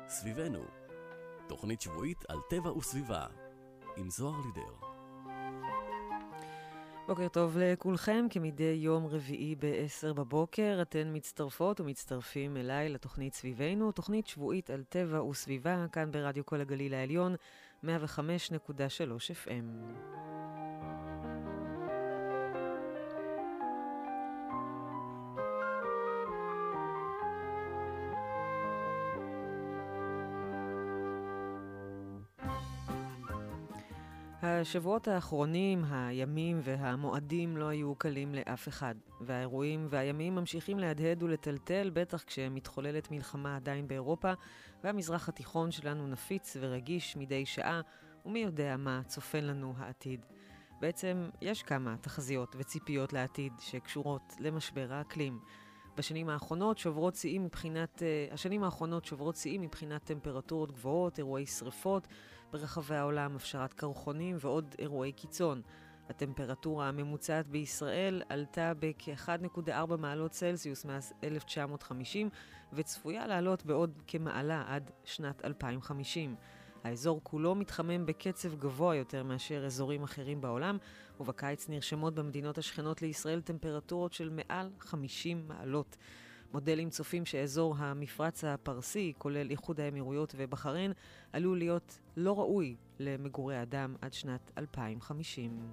סביבנו, תוכנית שבועית על טבע וסביבה, עם זוהר לידר. בוקר טוב לכולכם, כמדי יום רביעי ב-10 בבוקר, אתן מצטרפות ומצטרפים אליי לתוכנית סביבנו, תוכנית שבועית על טבע וסביבה, כאן ברדיו כל הגליל העליון, 105.3 FM. השבועות האחרונים, הימים והמועדים לא היו קלים לאף אחד, והאירועים והימים ממשיכים להדהד ולטלטל, בטח כשמתחוללת מלחמה עדיין באירופה, והמזרח התיכון שלנו נפיץ ורגיש מדי שעה, ומי יודע מה צופן לנו העתיד. בעצם יש כמה תחזיות וציפיות לעתיד שקשורות למשבר האקלים. השנים האחרונות שוברות שיאים מבחינת טמפרטורות גבוהות, אירועי שריפות ברחבי העולם, הפשרת קרחונים ועוד אירועי קיצון. הטמפרטורה הממוצעת בישראל עלתה בכ-1.4 מעלות צלזיוס מאז 1950 וצפויה לעלות בעוד כמעלה עד שנת 2050. האזור כולו מתחמם בקצב גבוה יותר מאשר אזורים אחרים בעולם, ובקיץ נרשמות במדינות השכנות לישראל טמפרטורות של מעל 50 מעלות. מודלים צופים שאזור המפרץ הפרסי, כולל איחוד האמירויות ובחריין, עלול להיות לא ראוי למגורי אדם עד שנת 2050.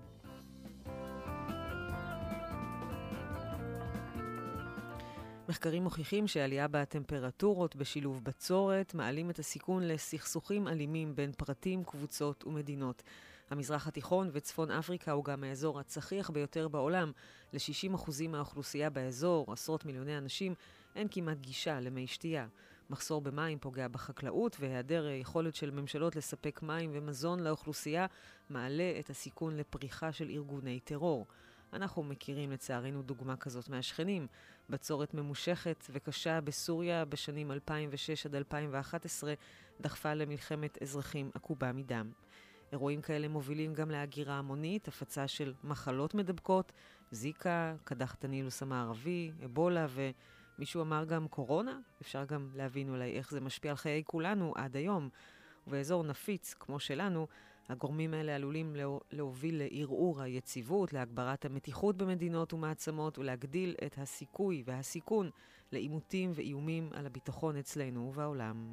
מחקרים מוכיחים שעלייה בטמפרטורות בשילוב בצורת מעלים את הסיכון לסכסוכים אלימים בין פרטים, קבוצות ומדינות. המזרח התיכון וצפון אפריקה הוא גם האזור הצחיח ביותר בעולם. ל-60% מהאוכלוסייה באזור, עשרות מיליוני אנשים, אין כמעט גישה למי שתייה. מחסור במים פוגע בחקלאות, והיעדר יכולת של ממשלות לספק מים ומזון לאוכלוסייה מעלה את הסיכון לפריחה של ארגוני טרור. אנחנו מכירים לצערנו דוגמה כזאת מהשכנים. בצורת ממושכת וקשה בסוריה בשנים 2006 עד 2011 דחפה למלחמת אזרחים עקובה מדם. אירועים כאלה מובילים גם להגירה המונית, הפצה של מחלות מדבקות, זיקה, קדחת הנילוס המערבי, אבולה ומישהו אמר גם קורונה. אפשר גם להבין אולי איך זה משפיע על חיי כולנו עד היום. ובאזור נפיץ כמו שלנו, הגורמים האלה עלולים להוביל לערעור היציבות, להגברת המתיחות במדינות ומעצמות ולהגדיל את הסיכוי והסיכון לעימותים ואיומים על הביטחון אצלנו ובעולם.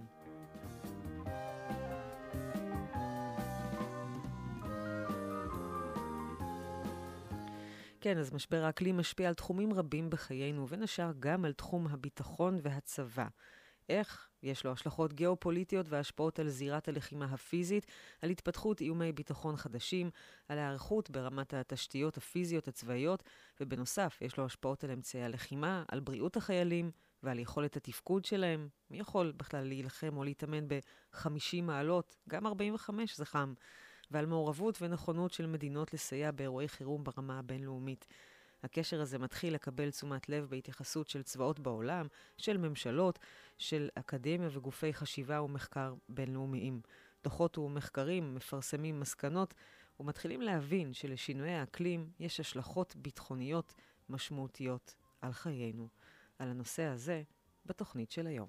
כן, אז משבר האקלים משפיע על תחומים רבים בחיינו, ונשאר גם על תחום הביטחון והצבא. איך? יש לו השלכות גיאופוליטיות והשפעות על זירת הלחימה הפיזית, על התפתחות איומי ביטחון חדשים, על הערכות ברמת התשתיות הפיזיות הצבאיות, ובנוסף יש לו השפעות על אמצעי הלחימה, על בריאות החיילים ועל יכולת התפקוד שלהם. מי יכול בכלל להילחם או להתאמן ב-50 מעלות? גם 45 זה חם. ועל מעורבות ונכונות של מדינות לסייע באירועי חירום ברמה הבינלאומית. הקשר הזה מתחיל לקבל תשומת לב בהתייחסות של צבאות בעולם, של ממשלות, של אקדמיה וגופי חשיבה ומחקר בינלאומיים. דוחות ומחקרים מפרסמים מסקנות ומתחילים להבין שלשינויי האקלים יש השלכות ביטחוניות משמעותיות על חיינו. על הנושא הזה בתוכנית של היום.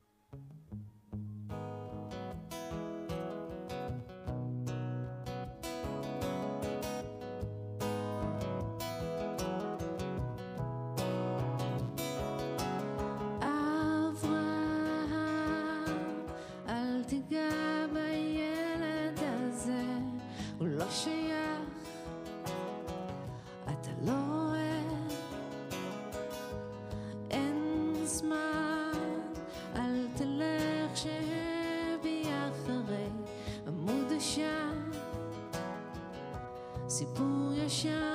סיפור ישר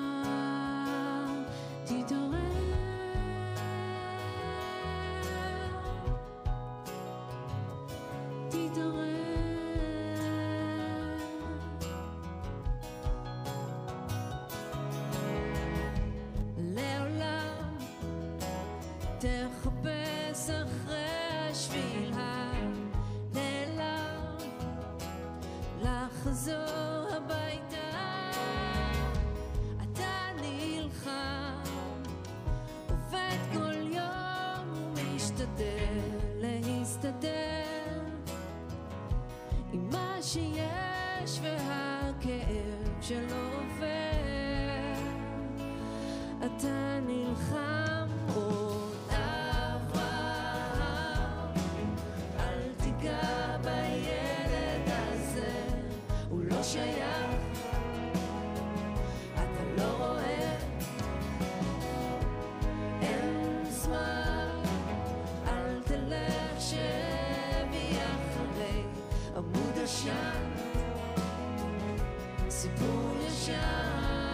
לעולם תחפש אחרי השביל הנעלם לחזור הביתה. אתה נלחם שיש והכאב שלא עובר, אתה נלחם עוד. אברהם, אל תיגע בילד הזה, הוא לא שייך, אתה לא רואה, אין זמן, אל תלך שבי אחרי עמוד השם, סיפור ישן.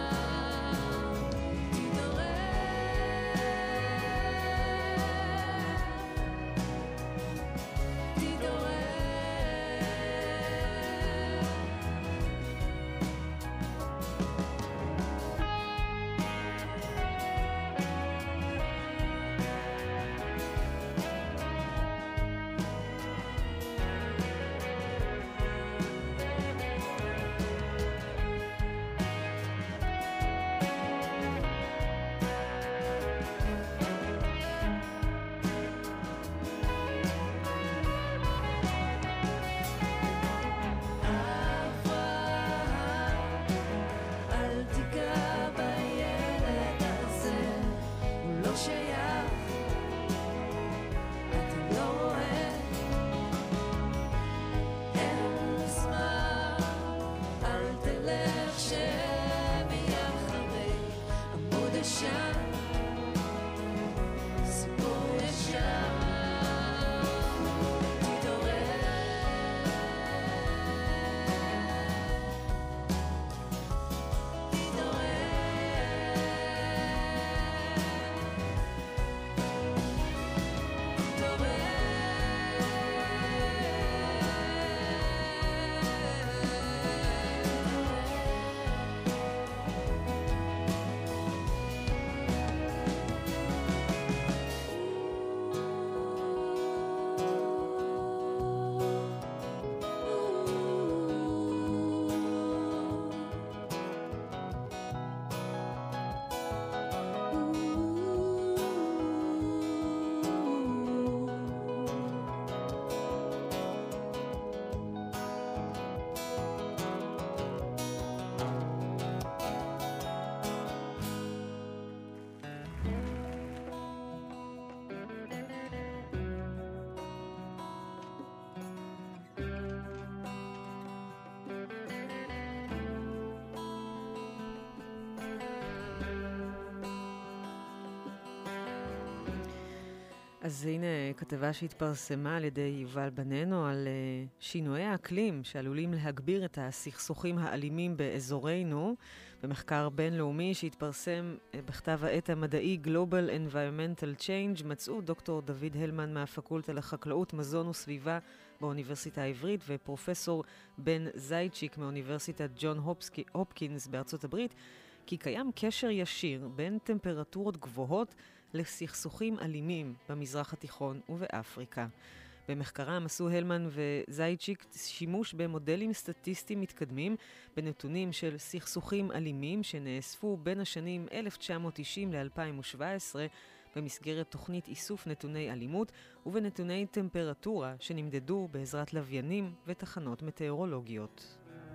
אז הנה כתבה שהתפרסמה על ידי יובל בננו על שינויי האקלים שעלולים להגביר את הסכסוכים האלימים באזורנו, במחקר בינלאומי שהתפרסם בכתב העת המדעי Global Environmental Change. מצאו דוקטור דוד הלמן מהפקולטה לחקלאות, מזון וסביבה באוניברסיטה העברית ופרופסור בן זייצ'יק מאוניברסיטת ג'ון הופקינס בארצות הברית, כי קיים קשר ישיר בין טמפרטורות גבוהות לסכסוכים אלימים במזרח התיכון ובאפריקה. במחקרם עשו הלמן וזייצ'יק שימוש במודלים סטטיסטיים מתקדמים בנתונים של סכסוכים אלימים שנאספו בין השנים 1990 ל-2017 במסגרת תוכנית איסוף נתוני אלימות ובנתוני טמפרטורה שנמדדו בעזרת לוויינים ותחנות מטאורולוגיות.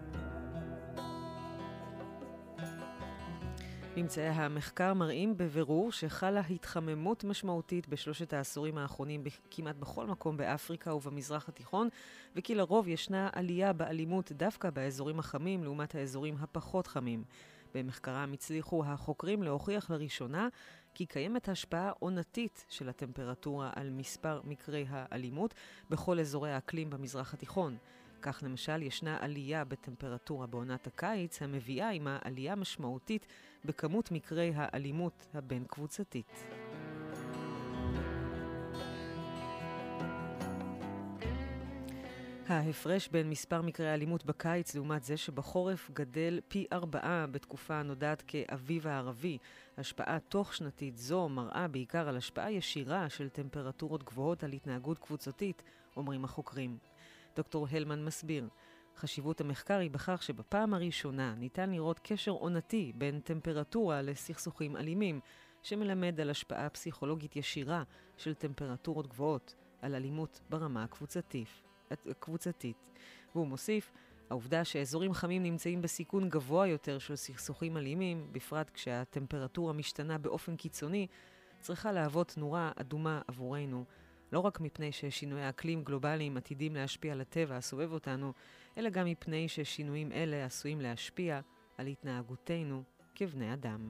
ממצאי המחקר מראים בבירור שחלה התחממות משמעותית בשלושת העשורים האחרונים כמעט בכל מקום באפריקה ובמזרח התיכון, וכי לרוב ישנה עלייה באלימות דווקא באזורים החמים לעומת האזורים הפחות חמים. במחקרם הצליחו החוקרים להוכיח לראשונה כי קיימת השפעה עונתית של הטמפרטורה על מספר מקרי האלימות בכל אזורי האקלים במזרח התיכון. כך למשל ישנה עלייה בטמפרטורה בעונת הקיץ המביאה עם העלייה משמעותית בכמות מקרי האלימות הבין קבוצתית. ההפרש בין מספר מקרי האלימות בקיץ לעומת זה שבחורף גדל פי 4 בתקופה הנודעת כאביב הערבי. השפעה תוך שנתית זו מראה בעיקר על השפעה ישירה של טמפרטורות גבוהות על התנהגות קבוצתית, אומרים החוקרים. דוקטור הלמן מסביר, חשיבות המחקר היא בכך שבפעם הראשונה ניתן לראות קשר עונתי בין טמפרטורה לסכסוכים אלימים, שמלמד על השפעה פסיכולוגית ישירה של טמפרטורות גבוהות על אלימות ברמה הקבוצתית. והוא מוסיף, העובדה שאזורים חמים נמצאים בסיכון גבוה יותר של סכסוכים אלימים, בפרט כשהטמפרטורה משתנה באופן קיצוני, צריכה להוות נורה אדומה עבורנו, לא רק מפני ששינויי האקלים גלובליים עתידים להשפיע על הטבע הסובב אותנו, אלא גם מפני ששינויים אלה עשויים להשפיע על התנהגותנו כבני אדם.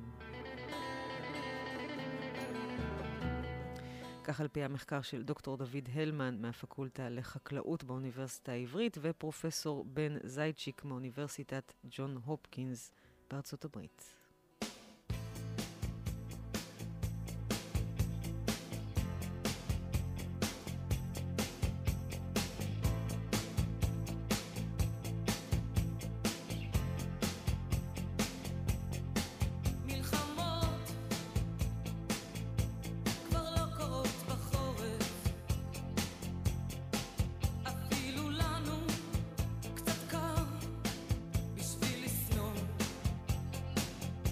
כך על פי המחקר של דוקטור דוד הלמן מהפקולטה לחקלאות באוניברסיטה העברית ופרופסור בן זייצ'יק מאוניברסיטת ג'ון הופקינס בארצות הברית. בשביל לסנון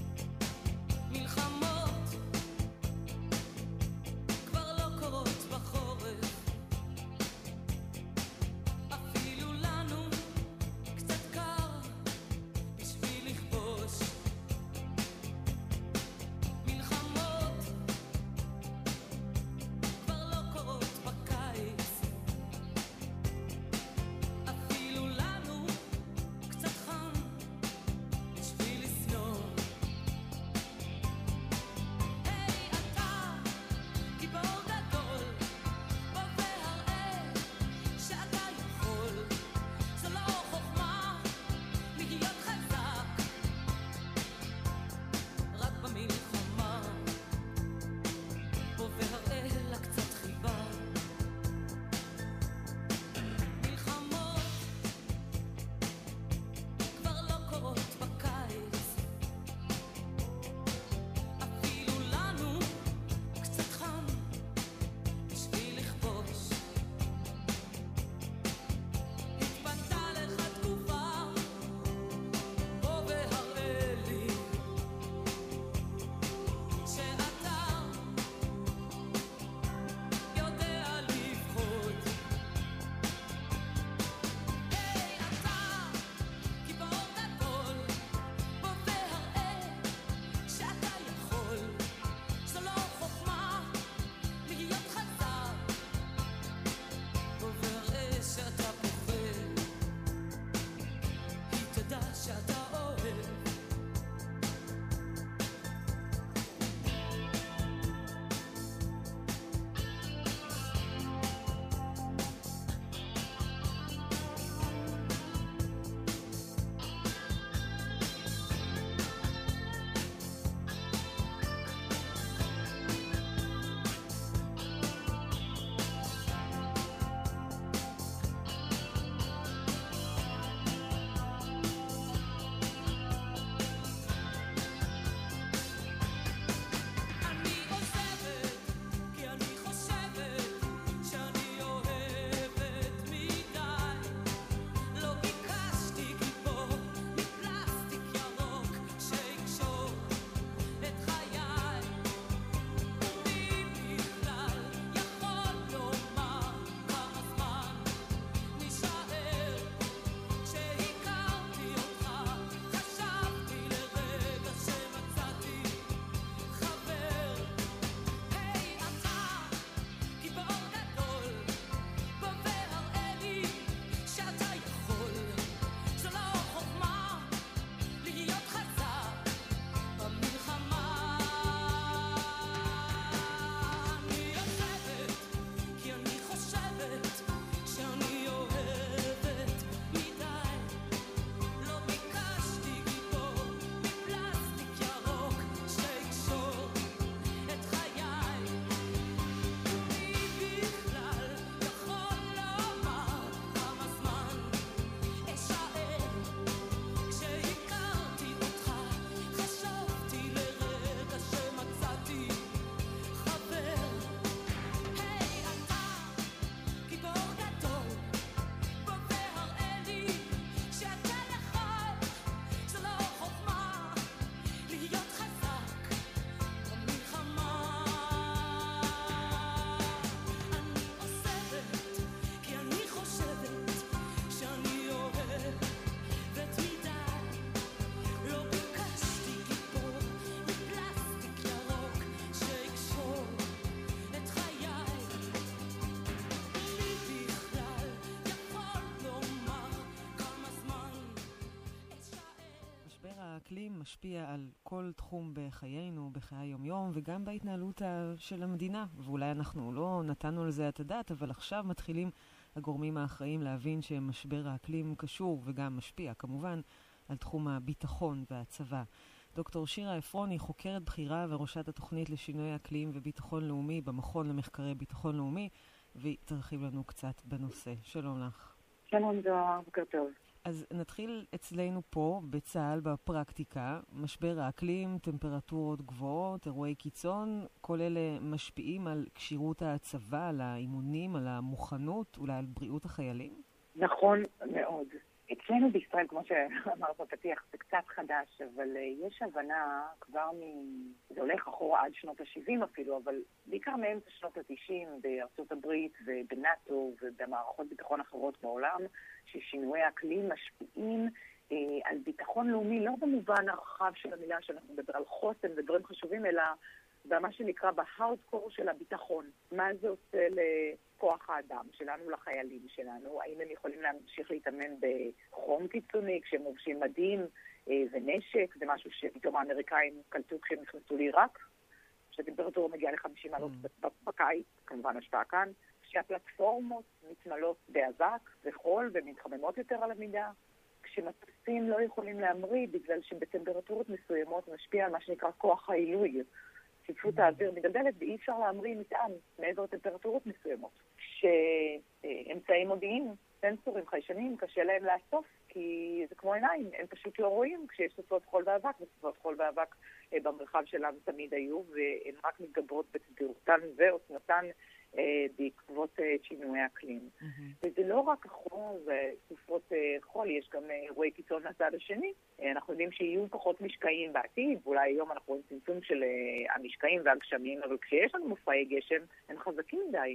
משפיע על כל תחום בחיינו, בחיי היום-יום, וגם בהתנהלות של המדינה. ואולי אנחנו לא נתנו על זה את הדעת, אבל עכשיו מתחילים הגורמים האחראים להבין שמשבר האקלים קשור וגם משפיע, כמובן, על תחום הביטחון והצבא. דוקטור שירה עפרוני, חוקרת בחירה וראשת התוכנית לשינוי אקלים וביטחון לאומי במכון למחקרי ביטחון לאומי, והיא תרחיב לנו קצת בנושא. שלום לך. שלום זוהר, בוקר טוב. אז נתחיל אצלנו פה, בצה"ל, בפרקטיקה. משבר האקלים, טמפרטורות גבוהות, אירועי קיצון, כל אלה משפיעים על כשירות הצבא, על האימונים, על המוכנות, אולי על בריאות החיילים? נכון מאוד. אצלנו בישראל, כמו שאמרת בפתיח, זה קצת חדש, אבל יש הבנה כבר זה הולך אחורה עד שנות ה-70 אפילו, אבל בעיקר מאמצע שנות ה-90 בארצות הברית ובנאטו ובמערכות ביטחון אחרות בעולם, ששינויי האקלים משפיעים על ביטחון לאומי, לא במובן הרחב של המילה שאנחנו מדבר על חוסן ודברים חשובים, אלא במה שנקרא בהארדקור של הביטחון. מה זה עושה לכוח האדם שלנו, לחיילים שלנו? האם הם יכולים להמשיך להתאמן בחום קיצוני כשהם לובשים מדים ונשק? זה משהו שפתאום האמריקאים קלטו כשהם נכנסו לעיראק, שהטמפרטורה מגיעה ל-50 מעלות בקיץ, כמובן השפעה כאן, כשהפלטפורמות מתמלות באבק וחול ומתחממות יותר על המידה, כשמטוסים לא יכולים להמריא בגלל שבטמפרטורות מסוימות משפיע על מה שנקרא כוח העילוי. צפיפות האוויר מדלדלת ואי אפשר להמריא מטען מעבר טמפרטורות מסוימות. כשאמצעים מודיעין, סנסורים חיישנים, קשה להם לאסוף, כי זה כמו עיניים, הם פשוט לא רואים כשיש סופות חול ואבק, וסופות חול ואבק במרחב שלנו תמיד היו, והן רק מתגברות בתדירותן ועוצמתן בעקבות שינוי האקלים. וזה לא רק החול וסופות חול, יש גם אירועי קיצון מהצד השני. אנחנו יודעים שיהיו פחות משקעים בעתיד, ואולי היום אנחנו רואים צמצום של המשקעים והגשמים, אבל כשיש לנו מופעי גשם, הם חזקים מדי,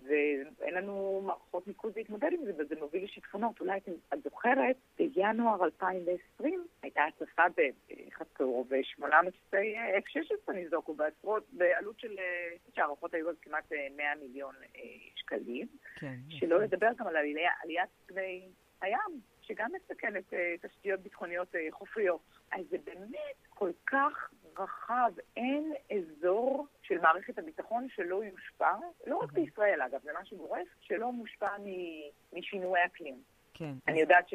ואין לנו מערכות ניקוז להתמודד עם זה, וזה מוביל לשיטפונות. אולי את זוכרת, בינואר 2020 הייתה הצפה בחצור, ו8 מטוסי F-16 נזרקו בעלות של שהערכות היו אז כמעט 100 מיליון שקלים, כן, שלא לדבר גם על עליית פני הים, שגם מסכנת תשתיות ביטחוניות חופריות. אז זה באמת כל כך רחב, אין אזור של מערכת הביטחון שלא יושפע, לא רק בישראל אגב, זה משהו גורף, שלא מושפע משינוי אקלים. כן. אני יודעת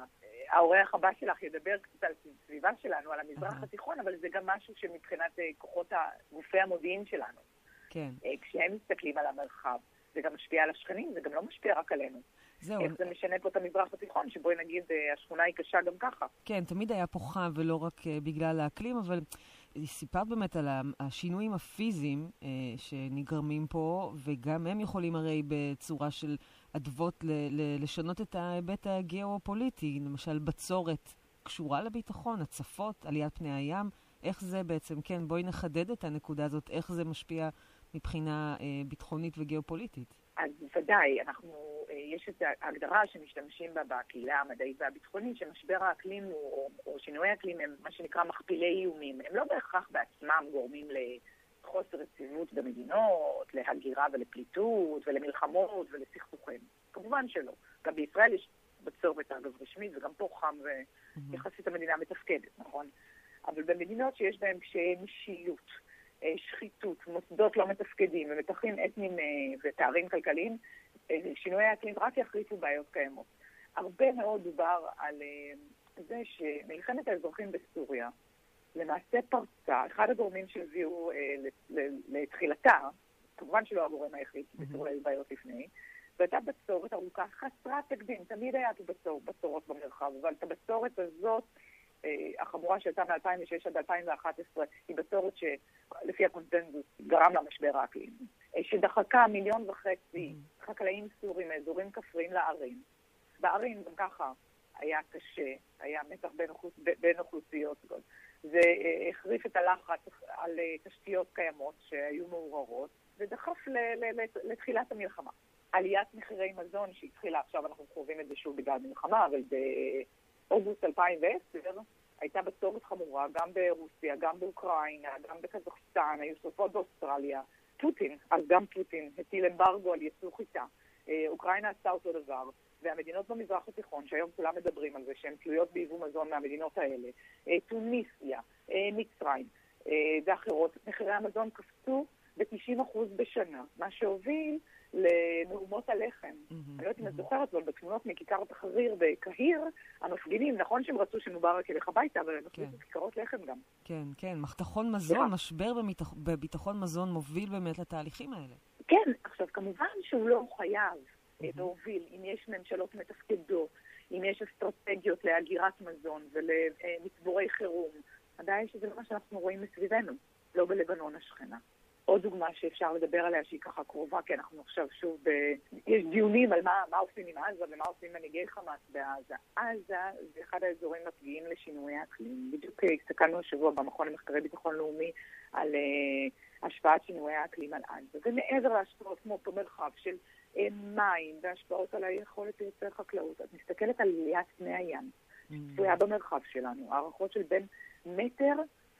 שהאורח הבא שלך ידבר קצת על הסביבה שלנו, על המזרח התיכון, אבל זה גם משהו שמבחינת כוחות גופי המודיעין שלנו. כן. כשהם מסתכלים על המרחב, זה גם משפיע על השכנים, זה גם לא משפיע רק עלינו. זהו. איך זה משנה פה את המזרח התיכון, שבואי נגיד השכונה היא קשה גם ככה. כן, תמיד היה פה חם ולא רק בגלל האקלים, אבל סיפרת באמת על השינויים הפיזיים שנגרמים פה, וגם הם יכולים הרי בצורה של אדוות לשנות את ההיבט הגיאופוליטי, למשל בצורת קשורה לביטחון, הצפות, עליית פני הים, איך זה בעצם, כן, בואי נחדד את הנקודה הזאת, איך זה משפיע מבחינה ביטחונית וגיאופוליטית. אז ודאי, יש את ההגדרה שמשתמשים בה בקהילה המדעית והביטחונית, שמשבר האקלים או שינוי האקלים הם מה שנקרא מכפילי איומים. הם לא בהכרח בעצמם גורמים לחוסר יציבות במדינות, להגירה ולפליטות ולמלחמות ולסכסוכים. כמובן שלא. גם בישראל יש בצורת אגב רשמית, וגם פה חם ויחסית המדינה מתפקדת, נכון? אבל במדינות שיש בהן קשיי משילות, שחיתות, מוסדות לא מתפקדים ומתחים אתניים ותארים כלכליים, שינוי האקלים רק יחריפו בעיות קיימות. הרבה מאוד דובר על זה שמלחמת האזרחים בסוריה למעשה פרצה, אחד הגורמים שהביאו לתחילתה, כמובן שלא הגורם היחיד, בסוריה היו בעיות לפני, והייתה בצורת ארוכה חסרת תקדים, תמיד היה בצורות במרחב, אבל את הבצורת הזאת החמורה שהייתה מ-2006 עד 2011 היא בצורת שלפי הקונצנזוס גרם למשבר האקלים, שדחקה 1.5 מיליון חקלאים סורים מאזורים כפריים לערים. בערים גם ככה היה קשה, היה מתח בין אוכלוסיות. זה החריף את הלחץ על תשתיות קיימות שהיו מעוררות, ודחף לתחילת המלחמה. עליית מחירי מזון שהתחילה, עכשיו אנחנו חווים את זה שוב בגלל מלחמה, אבל באוגוסט 2010 הייתה בצורת חמורה גם ברוסיה, גם באוקראינה, גם בקזחסטן, היו שרפות באוסטרליה. פוטין, אז גם פוטין הטיל אמברגו על ייצוא חיטה. אוקראינה עשתה אותו דבר. והמדינות במזרח התיכון, שהיום כולם מדברים על זה, שהן תלויות ביבוא מזון מהמדינות האלה, טוניסיה, מצרים ואחרות, מחירי המזון קפצו ב-90% בשנה, מה שהוביל למהומות הלחם. אני לא יודעת אם את זוכרת, אבל בתמונות מכיכר תחריר בקהיר, המפגינים, נכון שהם רצו שמובארק ילך הביתה, אבל הם עשו כיכרות לחם גם. כן, כן, מחתכון מזון, משבר בביטחון מזון מוביל באמת לתהליכים האלה. כן, עכשיו כמובן שהוא לא חייב להוביל, אם יש ממשלות מתפקדות, אם יש אסטרטגיות להגירת מזון ולמצבורי חירום, עדיין שזה לא מה שאנחנו רואים מסביבנו, לא בלבנון השכנה. עוד דוגמה שאפשר לדבר עליה שהיא ככה קרובה, כי אנחנו עכשיו שוב יש דיונים על מה עושים עם עזה ומה עושים מנהיגי חמאס בעזה. עזה זה אחד האזורים הפגיעים לשינויי האקלים. בדיוק הסתכלנו השבוע במכון למחקרי ביטחון לאומי על השפעת שינויי האקלים על עזה. ומעבר להשפעות כמו פה מרחב של מים והשפעות על היכולת לייצר חקלאות, את מסתכלת על עליית פני הים, שצויה במרחב שלנו, הערכות של בין מטר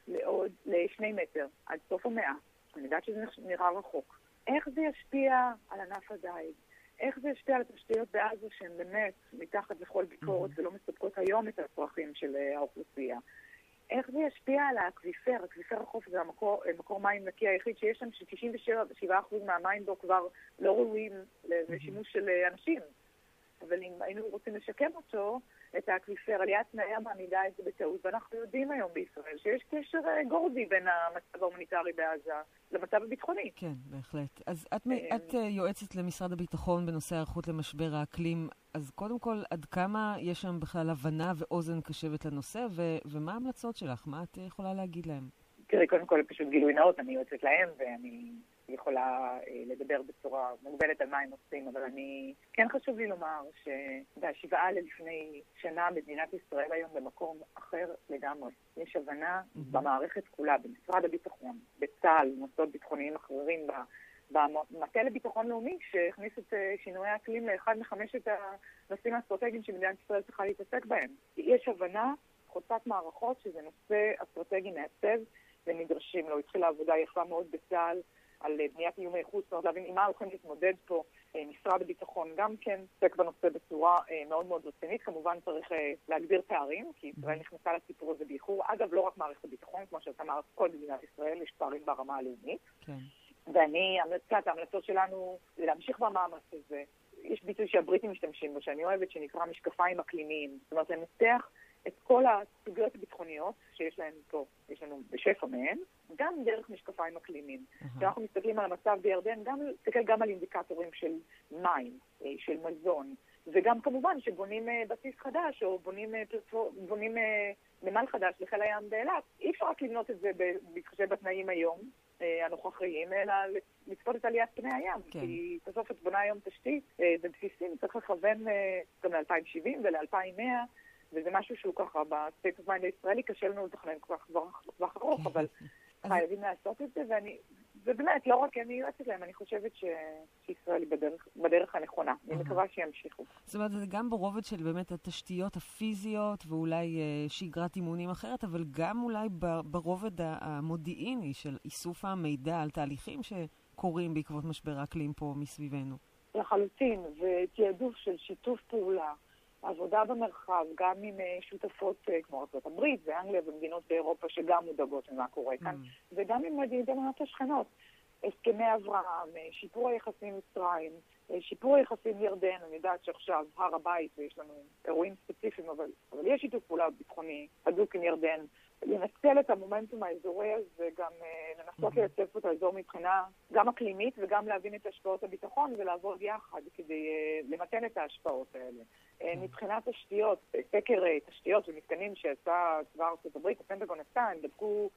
ל2 מטר עד סוף המאה. אני יודעת שזה נראה רחוק. איך זה ישפיע על ענף הדיג? איך זה ישפיע על התשתיות בעזה שהן באמת מתחת לכל ביקורת ולא מספקות היום את הצרכים של האוכלוסייה? איך זה ישפיע על האקוויפר? אקוויפר החוף זה מקור מים נקי היחיד שיש שם ש97% מהמים בו כבר לא ראויים לשימוש של אנשים. אבל אם היינו רוצים לשקם אותו, את האקוויפר, עליית פני הים מעמידה את זה בטעות, ואנחנו יודעים היום בישראל שיש קשר גורדי בין המצב ההומניטרי בעזה למצב הביטחוני. כן, בהחלט. אז את יועצת למשרד הביטחון בנושא הערכות למשבר האקלים, אז קודם כל, עד כמה יש שם בכלל הבנה ואוזן קשבת לנושא, ומה ההמלצות שלך? מה את יכולה להגיד להם? תראי, קודם כל, פשוט גילוי נאות, אני יועצת להם, ואני יכולה לדבר בצורה מוגבלת על מה הם עושים, אבל כן חשוב לי לומר שבהשוואה ללפני שנה מדינת ישראל היום במקום אחר לגמרי. יש הבנה במערכת כולה, במשרד הביטחון, בצה"ל, מוסדות ביטחוניים אחרים, במטה לביטחון לאומי, שהכניס את שינויי האקלים לאחד מחמשת הנושאים האסטרטגיים שמדינת ישראל צריכה להתעסק בהם. יש הבנה חוצת מערכות שזה נושא אסטרטגי מעצב ונדרשים לו. התחילה עבודה יפה מאוד בצה"ל על בניית איומי חוץ, זאת אומרת להבין עם מה הולכים להתמודד פה. משרד הביטחון גם כן עוסק בנושא בצורה מאוד מאוד רצינית. כמובן צריך להגביר פערים, כי ישראל נכנסה לסיפור הזה באיחור. אגב, לא רק מערכת הביטחון, כמו שאתה אמרת, כל מדינת ישראל, יש פערים ברמה הלאומית. כן. ואני, ההמלצות שלנו זה להמשיך במאמץ הזה. יש ביטוי שהבריטים משתמשים בו, שאני אוהבת, שנקרא משקפיים אקלימיים. זאת אומרת, לנתח את כל הסוגיות הביטחוניות שיש להם פה, יש לנו בשפע מהן, גם דרך משקפיים אקלימיים. כשאנחנו מסתכלים על המצב בירדן, תסתכל גם על אינדיקטורים של מים, של מזון, וגם כמובן שבונים בסיס חדש, או בונים נמל חדש לחיל הים באילת. אי אפשר רק לבנות את זה בהתחשב בתנאים היום הנוכחיים, אלא לצפות את עליית פני הים. כן. כי בסוף את בונה היום תשתית בבסיסים, צריך לכוון גם ל-2070 ול-2100, וזה משהו שהוא ככה, בסטייט אוף מיינד הישראלי, קשה לנו לתכנן כבר ארוך, אבל חייבים לעשות את זה, ובאמת, לא רק אני יועצת להם, אני חושבת שישראל היא בדרך הנכונה. אני מקווה שימשיכו. זאת אומרת, זה גם ברובד של באמת התשתיות הפיזיות, ואולי שגרת אימונים אחרת, אבל גם אולי ברובד המודיעיני של איסוף המידע על תהליכים שקורים בעקבות משבר האקלים פה מסביבנו. לחלוטין, ותיעדוף של שיתוף פעולה. עבודה במרחב, גם עם שותפות כמו ארצות הברית ואנגליה ומדינות באירופה שגם מודאגות ממה קורה כאן, וגם עם מדינות השכנות. הסכמי אברהם, שיפור היחסים עם מצרים, שיפור היחסים עם ירדן. אני יודעת שעכשיו הר הבית, ויש לנו אירועים ספציפיים, אבל יש שיתוף פעולה ביטחוני הדוק עם ירדן. לנצל את המומנטום האזורי הזה, גם לנסות לייצב את האזור מבחינה גם אקלימית וגם להבין את השפעות הביטחון ולעבוד יחד כדי למתן את ההשפעות האלה. מבחינת תשתיות, סקר תשתיות ומתקנים שעשה צבא ארצות הברית, הפנטגון עשה, הם בדקו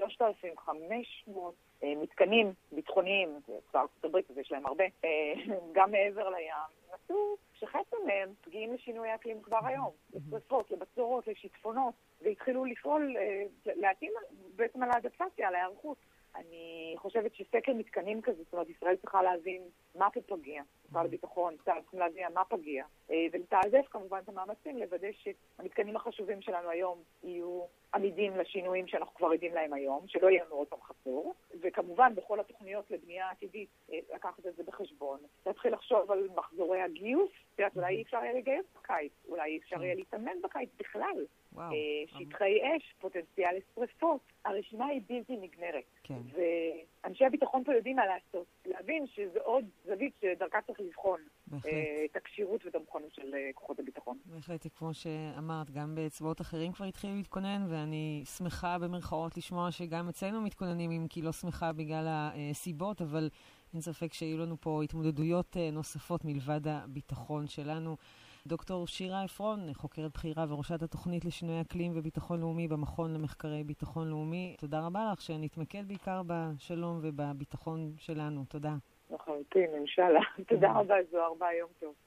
3,500 מתקנים ביטחוניים, צבא ארצות הברית, אז יש להם הרבה, גם מעבר לים. נתנו שחצי מהם פגיעים לשינוי האקלים כבר היום, לשרפות, לבצורות, לשיטפונות, והתחילו לפעול, להתאים בעצם על האדפטציה, על ההיערכות. אני חושבת שסקר מתקנים כזה, זאת אומרת, ישראל צריכה להבין מה פגיע, משרד הביטחון, צריכים להבין מה פגיע, ולתעדף כמובן את המאמצים, לוודא שהמתקנים החשובים שלנו היום יהיו עמידים לשינויים שאנחנו כבר יודעים להם היום, שלא יהיה לנו עוד פעם חסור, וכמובן בכל התוכניות לבנייה עתידית לקחת את זה בחשבון, להתחיל לחשוב על מחזורי הגיוס, אולי אי אפשר היה לגייס בקיץ, אולי אי אפשר היה להתאמן בקיץ בכלל. שטחי אש, פוטנציאל לשריפות, הרשימה היא בלתי נגמרת. ואנשי הביטחון פה יודעים מה לעשות, להבין שזה עוד זווית שדרכה צריך לבחון את הקשירות ואת המוכנות של כוחות הביטחון. בהחלט, כמו שאמרת, גם בצבאות אחרים כבר התחילו להתכונן, ואני שמחה במרכאות לשמוע שגם אצלנו מתכוננים, אם כי לא שמחה בגלל הסיבות, אבל אין ספק שיהיו לנו פה התמודדויות נוספות מלבד הביטחון שלנו. דוקטור שירה אפרון, חוקרת בחירה וראשת התוכנית לשינוי אקלים וביטחון לאומי במכון למחקרי ביטחון לאומי. תודה רבה לך, שנתמקד בעיקר בשלום ובביטחון שלנו. תודה. לחלוטין, אינשאללה. תודה רבה, זוהר, ביי, יום טוב.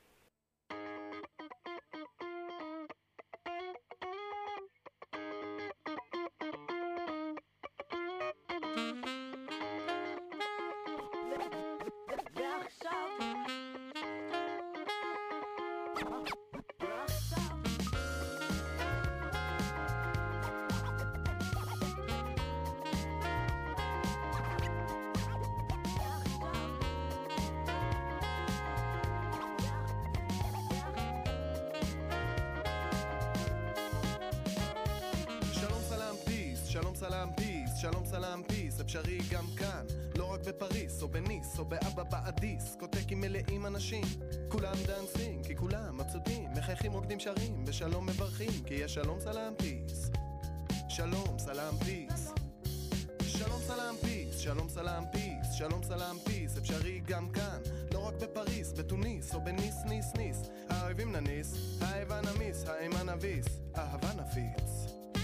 שלום סלאם פיס, אפשרי גם כאן, לא רק בפריס או בניס או באבא באדיס, קוטקים מלאים אנשים, כולם דנסים כי כולם מבסוטים, מחייכים רוקדים שרים, בשלום מברכים כי יש שלום סלאם פיס. שלום סלאם פיס, שלום סלאם פיס, שלום סלאם פיס, שלום סלאם פיס, אפשרי גם כאן, לא רק בפריס, בתוניס או בניס ניס ניס, האויבים נניס, האיבה נמיס, האימה נביס, אהבה נפיץ.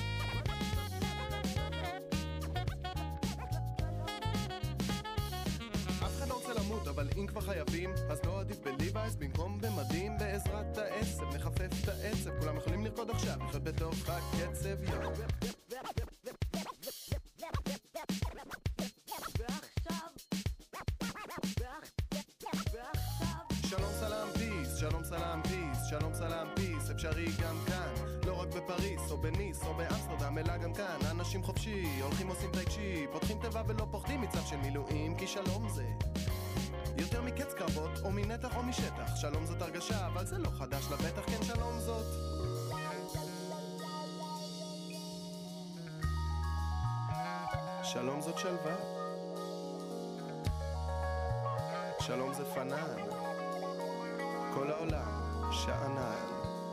אבל אם כבר חייבים, אז לא עדיף בליווייס במקום במדים, בעזרת העצב נחפף את העצב, כולם יכולים לרקוד עכשיו, לחיות בתוך הקצב. שלום סלאם פיס, שלום סלאם פיס, שלום סלאם פיס, אפשרי גם כאן, לא רק בפריס או בניס או באמסטרדם, אלא גם כאן, אנשים חופשי, הולכים עושים טייצ'י, פותחים טבע ולא פוחדים מצב של מילואים, כי שלום זה יותר מקץ קרבות, או מנתח או משטח. שלום זאת הרגשה, אבל זה לא חדש לבטח, כן שלום זאת. שלום זאת שלווה. שלום זה פנן. כל העולם שענן.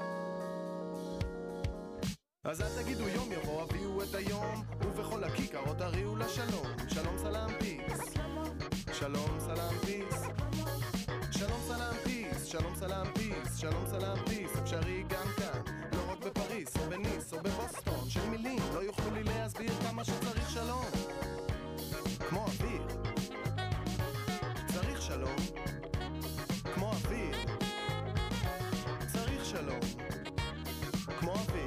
אז אל תגידו יום יבוא, הביאו את היום, ובכל הכיכרות הריעו לשלום. שלום סלאם פיס. שלום סלאם פיס, שלום סלאם פיס, שלום סלאם פיס, שלום סלאם פיס, אפשרי גם כאן, לא רק בפריס או בניס או בבוסטון, של מילים לא יוכלו לי להסביר כמה שצריך שלום, כמו אוויר, צריך שלום, כמו אוויר, צריך שלום, כמו אוויר,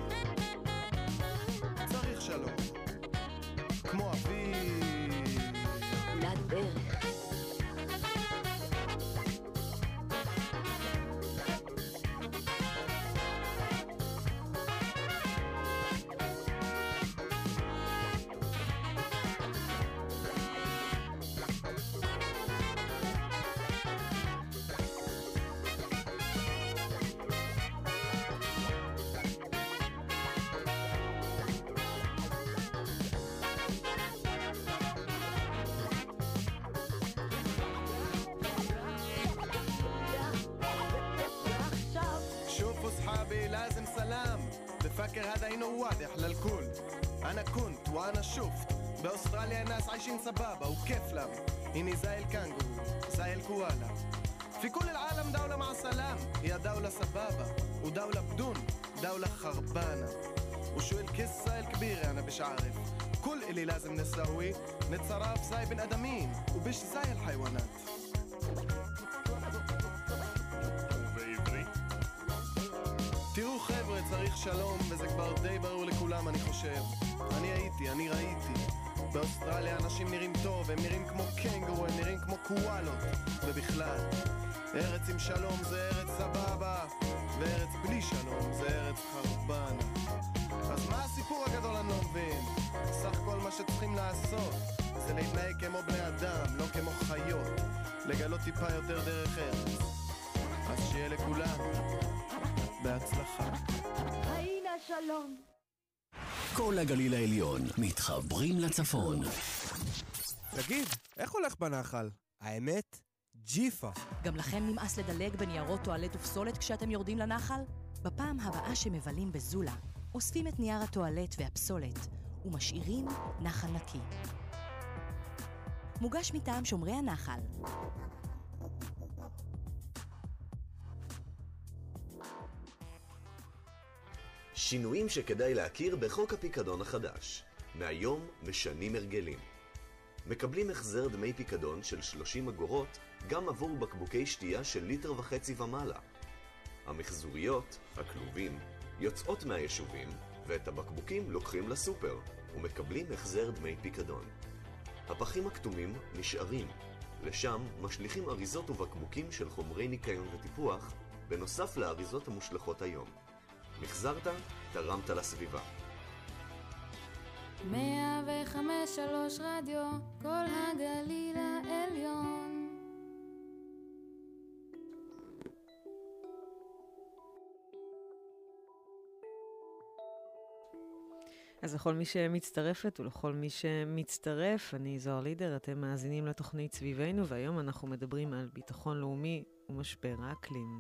צריך שלום, כמו אוויר, לדרך. فكر هذا إنه واضح للكل أنا كنت وأنا شفت بأستراليا ناس عايشين سبابة وكيف لهم إني زي الكانجرو زي الكوالا في كل العالم دولة مع سلام هي دولة سبابة ودولة بدون دولة خربانة وشو القصة الكبيرة أنا مش عارف كل اللي لازم نسوي نتصرف زي بن أدمين وبش زي الحيوانات תראו חבר'ה, צריך שלום, וזה כבר די ברור לכולם, אני חושב. אני הייתי, אני ראיתי. באוסטרליה אנשים נראים טוב, הם נראים כמו קנגרו, הם נראים כמו קואלות. ובכלל, ארץ עם שלום זה ארץ סבבה, וארץ בלי שלום זה ארץ חרבנה. אז מה הסיפור הגדול אני לא מבין? סך כל מה שצריכים לעשות, זה להתנהג כמו בני אדם, לא כמו חיות. לגלות טיפה יותר דרך ארץ. אז שיהיה לכולם בהצלחה. היינה שלום. כל הגליל העליון מתחברים לצפון. תגיד, איך הולך בנחל? האמת? ג'יפה. גם לכם נמאס לדלג בניירות טואלט ופסולת כשאתם יורדים לנחל? בפעם הבאה שמבלים בזולה, אוספים את נייר הטואלט והפסולת ומשאירים נחל נקי. מוגש מטעם שומרי הנחל. שינויים שכדאי להכיר בחוק הפיקדון החדש. מהיום משנים הרגלים. מקבלים החזר דמי פיקדון של 30 אגורות גם עבור בקבוקי שתייה של 1.5 ליטר ומעלה. המחזוריות, הכלובים, יוצאות מהיישובים ואת הבקבוקים לוקחים לסופר ומקבלים החזר דמי פיקדון. הפחים הכתומים נשארים. לשם משליכים אריזות ובקבוקים של חומרי ניקיון וטיפוח בנוסף לאריזות המושלכות היום. מחזרת, תרמת לסביבה. 105.3 רדיו, כל הגליל העליון. אז לכל מי שמצטרפת ולכל מי שמצטרף, אני זוהר לידר, אתם מאזינים לתוכנית סביבנו, והיום אנחנו מדברים על ביטחון לאומי ומשבר האקלים.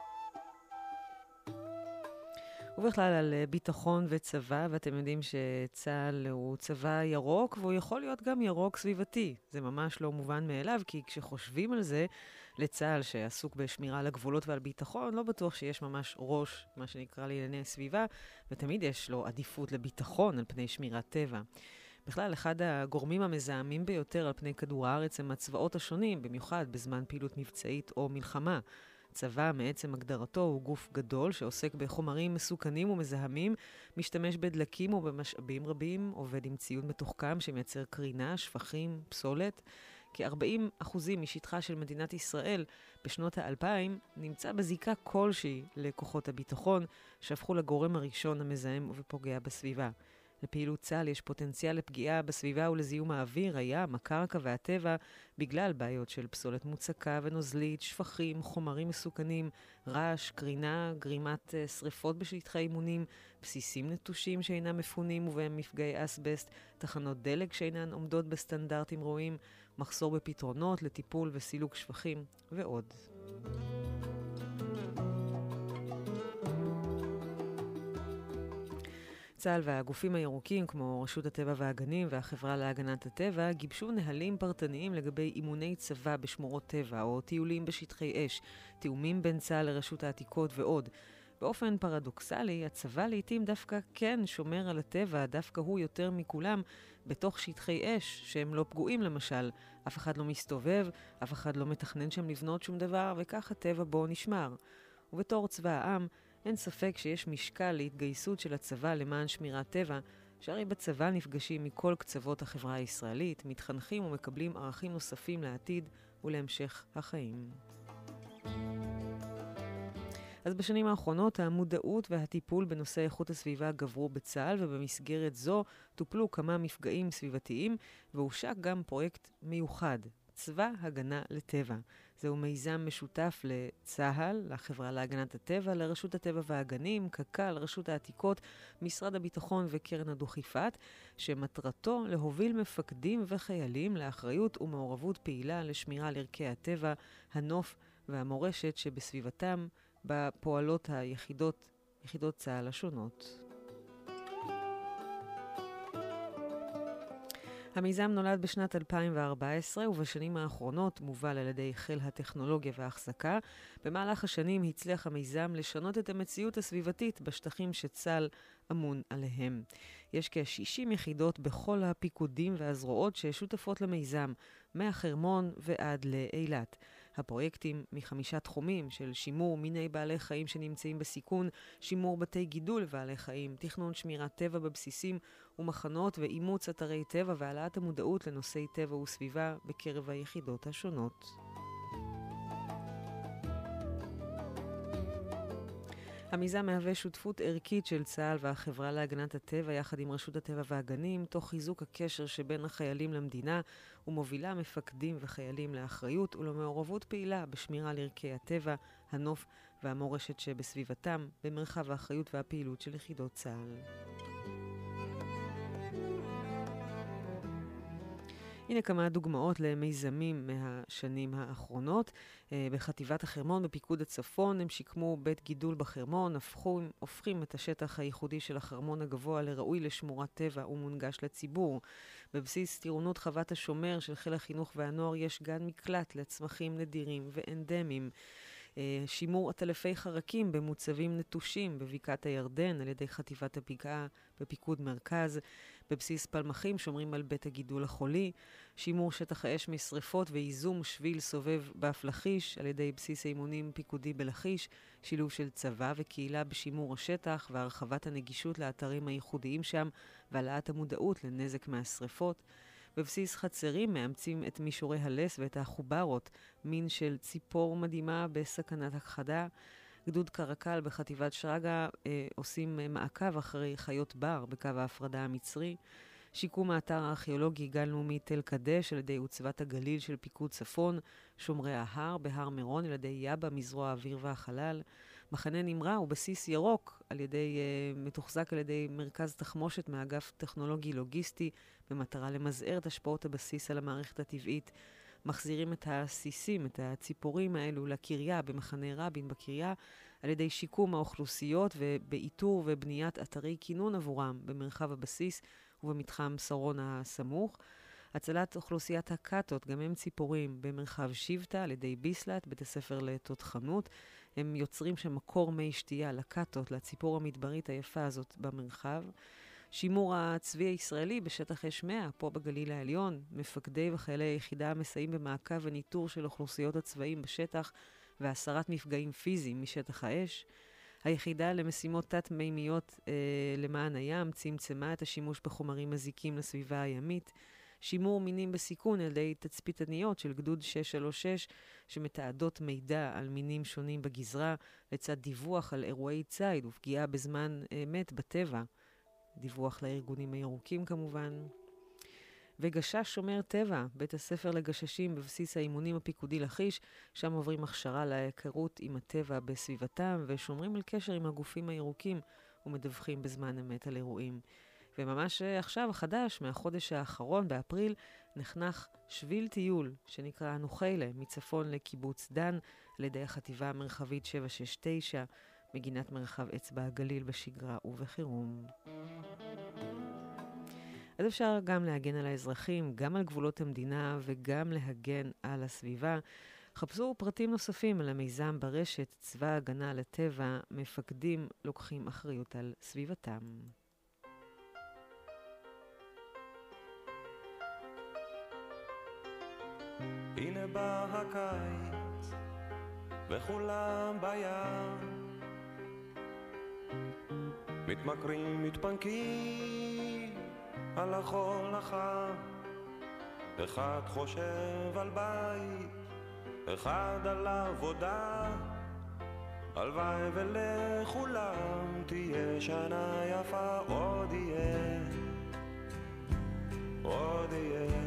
ובכלל על ביטחון וצבא, ואתם יודעים שצה"ל הוא צבא ירוק, והוא יכול להיות גם ירוק סביבתי. זה ממש לא מובן מאליו, כי כשחושבים על זה, לצה"ל שעסוק בשמירה על הגבולות ועל ביטחון, לא בטוח שיש ממש ראש, מה שנקרא לענייני סביבה, ותמיד יש לו עדיפות לביטחון על פני שמירת טבע. בכלל, אחד הגורמים המזהמים ביותר על פני כדור הארץ הם הצבאות השונים, במיוחד בזמן פעילות מבצעית או מלחמה. צבא, מעצם הגדרתו, הוא גוף גדול שעוסק בחומרים מסוכנים ומזהמים, משתמש בדלקים ובמשאבים רבים, עובד עם ציוד מתוחכם שמייצר קרינה, שפכים, פסולת. כ-40% משטחה של מדינת ישראל בשנות ה-2000 נמצא בזיקה כלשהי לכוחות הביטחון, שהפכו לגורם הראשון המזהם ופוגע בסביבה. לפעילות צה"ל יש פוטנציאל לפגיעה בסביבה ולזיהום האוויר, הים, הקרקע והטבע, בגלל בעיות של פסולת מוצקה ונוזלית, שפכים, חומרים מסוכנים, רעש, קרינה, גרימת שריפות בשטחי אימונים, בסיסים נטושים שאינם מפונים ובהם מפגעי אסבסט, תחנות דלק שאינן עומדות בסטנדרטים ראויים, מחסור בפתרונות לטיפול וסילוק שפכים ועוד. צה"ל והגופים הירוקים כמו רשות הטבע והגנים והחברה להגנת הטבע גיבשו נהלים פרטניים לגבי אימוני צבא בשמורות טבע או טיולים בשטחי אש, תיאומים בין צה"ל לרשות העתיקות ועוד. באופן פרדוקסלי, הצבא לעתים דווקא כן שומר על הטבע, דווקא הוא יותר מכולם בתוך שטחי אש שהם לא פגועים למשל. אף אחד לא מסתובב, אף אחד לא מתכנן שם לבנות שום דבר, וכך הטבע בו נשמר. ובתור צבא העם, אין ספק שיש משקל להתגייסות של הצבא למען שמירת טבע, שהרי בצבא נפגשים מכל קצוות החברה הישראלית, מתחנכים ומקבלים ערכים נוספים לעתיד ולהמשך החיים. אז בשנים האחרונות המודעות והטיפול בנושא איכות הסביבה גברו בצה"ל, ובמסגרת זו טופלו כמה מפגעים סביבתיים, והושק גם פרויקט מיוחד, צבא הגנה לטבע. זהו מיזם משותף לצה"ל, לחברה להגנת הטבע, לרשות הטבע והגנים, קק"ל, רשות העתיקות, משרד הביטחון וקרן הדוכיפת, שמטרתו להוביל מפקדים וחיילים לאחריות ומעורבות פעילה לשמירה על ערכי הטבע, הנוף והמורשת שבסביבתם, בפועלות יחידות צה"ל השונות. המיזם נולד בשנת 2014 ובשנים האחרונות מובל על ידי חיל הטכנולוגיה וההחזקה. במהלך השנים הצליח המיזם לשנות את המציאות הסביבתית בשטחים שצה"ל אמון עליהם. יש כ-60 יחידות בכל הפיקודים והזרועות ששותפות למיזם, מהחרמון ועד לאילת. הפרויקטים מ5 תחומים של שימור מיני בעלי חיים שנמצאים בסיכון, שימור בתי גידול לבעלי חיים, תכנון שמירת טבע בבסיסים ומחנות ואימוץ אתרי טבע והעלאת המודעות לנושאי טבע וסביבה בקרב היחידות השונות. המיזם מהווה שותפות ערכית של צה"ל והחברה להגנת הטבע יחד עם רשות הטבע והגנים, תוך חיזוק הקשר שבין החיילים למדינה, ומובילה מפקדים וחיילים לאחריות ולמעורבות פעילה בשמירה על ערכי הטבע, הנוף והמורשת שבסביבתם, במרחב האחריות והפעילות של יחידות צה"ל. הנה כמה דוגמאות למיזמים מהשנים האחרונות. בחטיבת החרמון בפיקוד הצפון הם שיקמו בית גידול בחרמון, הופכים את השטח הייחודי של החרמון הגבוה לראוי לשמורת טבע ומונגש לציבור. בבסיס טירונות חוות השומר של חיל החינוך והנוער יש גן מקלט לצמחים נדירים ואנדמיים. שימור עטלפי חרקים במוצבים נטושים בבקעת הירדן על ידי חטיבת הבקעה בפיקוד מרכז. בבסיס פלמחים שומרים על בית הגידול החולי. שימור שטח האש משריפות ואיזום שביל סובב באף לכיש על ידי בסיס האימונים פיקודי בלכיש. שילוב של צבא וקהילה בשימור השטח והרחבת הנגישות לאתרים הייחודיים שם והעלאת המודעות לנזק מהשריפות. בבסיס חצרים מאמצים את מישורי הלס ואת החוברות, מין של ציפור מדהימה בסכנת הכחדה. גדוד קרקל בחטיבת שרגא עושים מעקב אחרי חיות בר בקו ההפרדה המצרי. שיקום האתר הארכיאולוגי גן-לאומי תל קדש על ידי עוצבת הגליל של פיקוד צפון. שומרי ההר בהר מירון על ידי יבא מזרוע האוויר והחלל. מחנה נמרה ובסיס ירוק מתוחזק על ידי מרכז תחמושת מאגף טכנולוגי לוגיסטי במטרה למזער את השפעות הבסיס על המערכת הטבעית. מחזירים את הסיסים, את הציפורים האלו לקריה במחנה רבין בקריה על ידי שיקום האוכלוסיות ובאיתור ובניית אתרי כינון עבורם במרחב הבסיס ובמתחם שרון הסמוך. הצלת אוכלוסיית הקאטות, גם הם ציפורים במרחב שבטה על ידי ביסלט, בית הספר לתותחנות. הם יוצרים שם מקור מי שתייה לקאטות, לציפור המדברית היפה הזאת במרחב. שימור הצבי הישראלי בשטח אש 100, פה בגליל העליון. מפקדי וחיילי היחידה מסייעים במעקב וניטור של אוכלוסיות הצבאים בשטח והסרת מפגעים פיזיים משטח האש. היחידה למשימות תת-מימיות למען הים צמצמה את השימוש בחומרים מזיקים לסביבה הימית. שימור מינים בסיכון על ידי תצפיתניות של גדוד 636 שמתעדות מידע על מינים שונים בגזרה לצד דיווח על אירועי ציד ופגיעה בזמן אמת בטבע. דיווח לארגונים הירוקים כמובן. וגשש שומר טבע, בית הספר לגששים בבסיס האימונים הפיקודי לכיש, שם עוברים הכשרה להיכרות עם הטבע בסביבתם ושומרים על קשר עם הגופים הירוקים ומדווחים בזמן אמת על אירועים. וממש עכשיו החדש, מהחודש האחרון באפריל, נחנך שביל טיול שנקרא נוחיילה מצפון לקיבוץ דן על ידי החטיבה המרחבית 769, מגינת מרחב אצבע הגליל בשגרה ובחירום. אז אפשר גם להגן על האזרחים, גם על גבולות המדינה וגם להגן על הסביבה. חפשו פרטים נוספים על המיזם ברשת צבא ההגנה לטבע, מפקדים לוקחים אחריות על סביבתם. הנה בא הקיץ וכולם בים, מתמכרים מתפנקים על החול החם. אחד חושב על בית, אחד על עבודה, הלוואי ולכולם תהיה שנה יפה. עוד יהיה, עוד יהיה,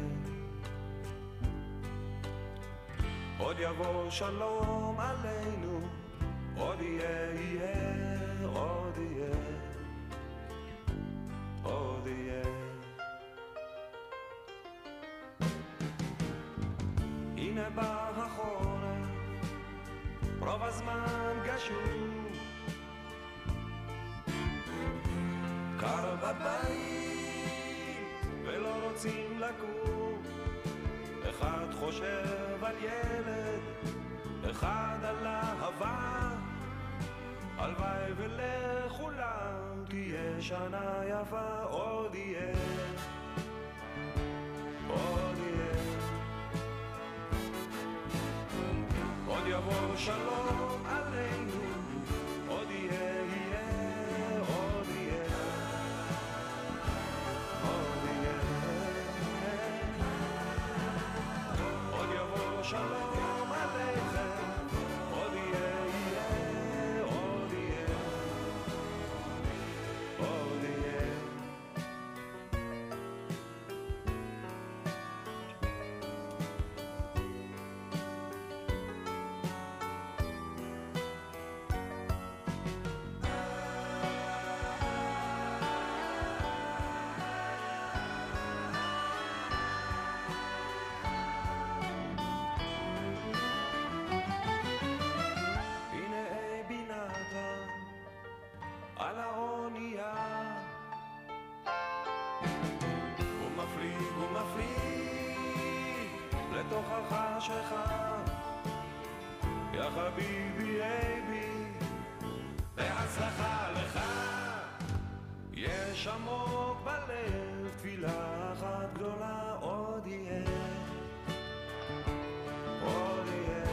עוד יבוא שלום עלינו, עוד יהיה, יהיה, עוד יהיה, עוד יהיה. הנה בא החורף, רוב הזמן גשום, קר בבית ולא רוצים לקום. אחד חושב על ילד, אחד על אהבה, הלוואי ולכולם תהיה שנה יפה. עוד יהיה, עוד יהיה, עוד יבוא שלום עלינו, עוד יהיה, יהיה, עוד יהיה, עוד יהיה, עוד יבוא שלום עליכם, עוד יהיה, יהיה, עוד יהיה, עוד יהיה. בחשיכה, יא חביבי אייבי, בהצלחה לך. יש עמוק בלב תפילה אחת גדולה, עוד יהיה, עוד יהיה,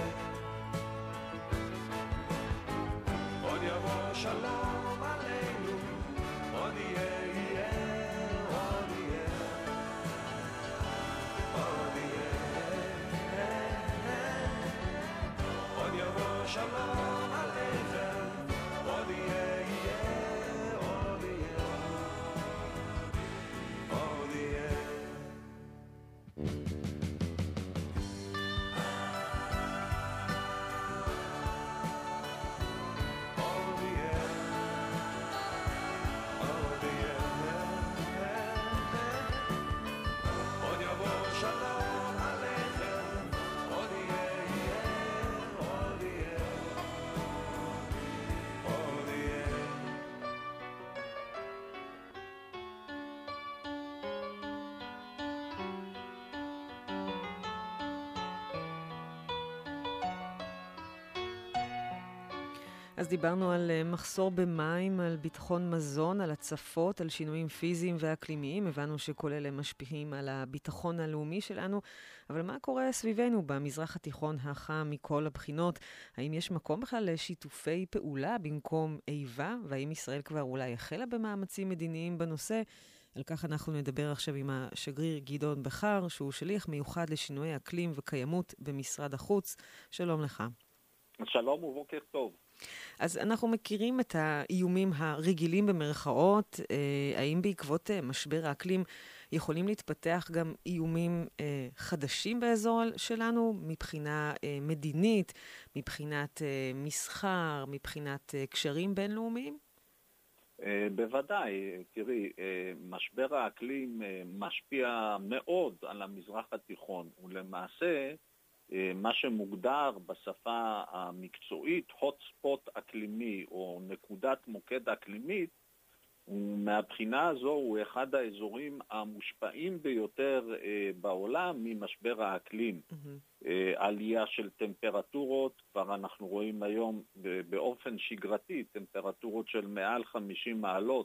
עוד יבוא שלום עלינו, עוד יהיה, יהיה, עוד יהיה, עוד יהיה, עוד יבוא שלום עליכם, עוד יהיה, יהיה, עוד יהיה, עוד יהיה. אז דיברנו על מחסור במים, על ביטחון מזון, על הצפות, על שינויים פיזיים ואקלימיים. הבנו שכל אלה משפיעים על הביטחון הלאומי שלנו. אבל מה קורה סביבנו במזרח התיכון החם מכל הבחינות? האם יש מקום בכלל לשיתופי פעולה במקום איבה? והאם ישראל כבר אולי החלה במאמצים מדיניים בנושא? על כך אנחנו נדבר עכשיו עם השגריר גדעון בכר, שהוא שליח מיוחד לשינוי אקלים וקיימות במשרד החוץ. שלום לך. שלום ובוקר טוב. אז אנחנו מכירים את האיומים הרגילים במרכאות. האם בעקבות משבר האקלים יכולים להתפתח גם איומים חדשים באזור שלנו, מבחינה מדינית, מבחינת מסחר, מבחינת קשרים בינלאומיים? בוודאי. תראי, משבר האקלים משפיע מאוד על המזרח התיכון, ולמעשה מה שמוגדר בשפה המקצועית hotspot אקלימי או נקודת מוקד אקלימית, מהבחינה הזו הוא אחד האזורים המושפעים ביותר בעולם ממשבר האקלים. עלייה של טמפרטורות, כבר אנחנו רואים היום באופן שגרתי טמפרטורות של מעל 50 מעלות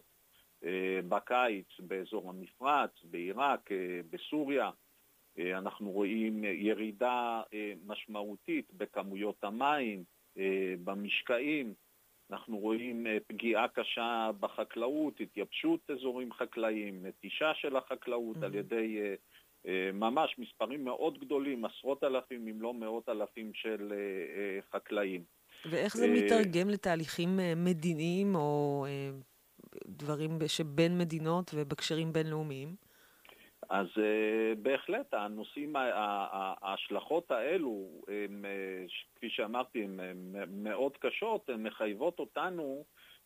בקיץ באזור המפרץ, בעיראק, בסוריה. אנחנו רואים ירידה משמעותית בכמויות המים, במשקעים. אנחנו רואים פגיעה קשה בחקלאות, התייבשות אזורים חקלאיים, נטישה של החקלאות על ידי ממש מספרים מאוד גדולים, עשרות אלפים אם לא מאות אלפים של חקלאים. ואיך זה מתרגם לתהליכים מדיניים או דברים שבין מדינות ובקשרים בינלאומיים? אז בהחלט הנושאים, ההשלכות האלו, כפי שאמרתי, הן מאוד קשות, הן מחייבות אותנו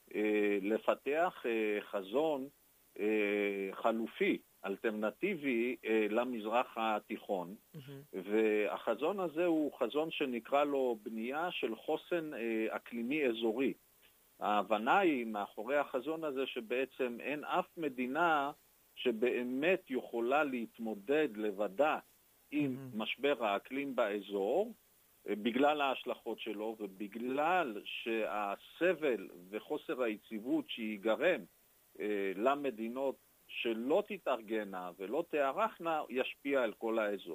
לפתח חזון חלופי, אלטרנטיבי למזרח התיכון, והחזון הזה הוא חזון שנקרא לו בנייה של חוסן אקלימי אזורי. ההבנה היא מאחורי החזון הזה שבעצם אין אף מדינה שבאמת יכולה להתמודד לבדה עם משבר האקלים באזור, בגלל ההשלכות שלו ובגלל שהסבל וחוסר היציבות שיגרם למדינות שלא תתארגנה ולא תארחנה, ישפיע על כל האזור.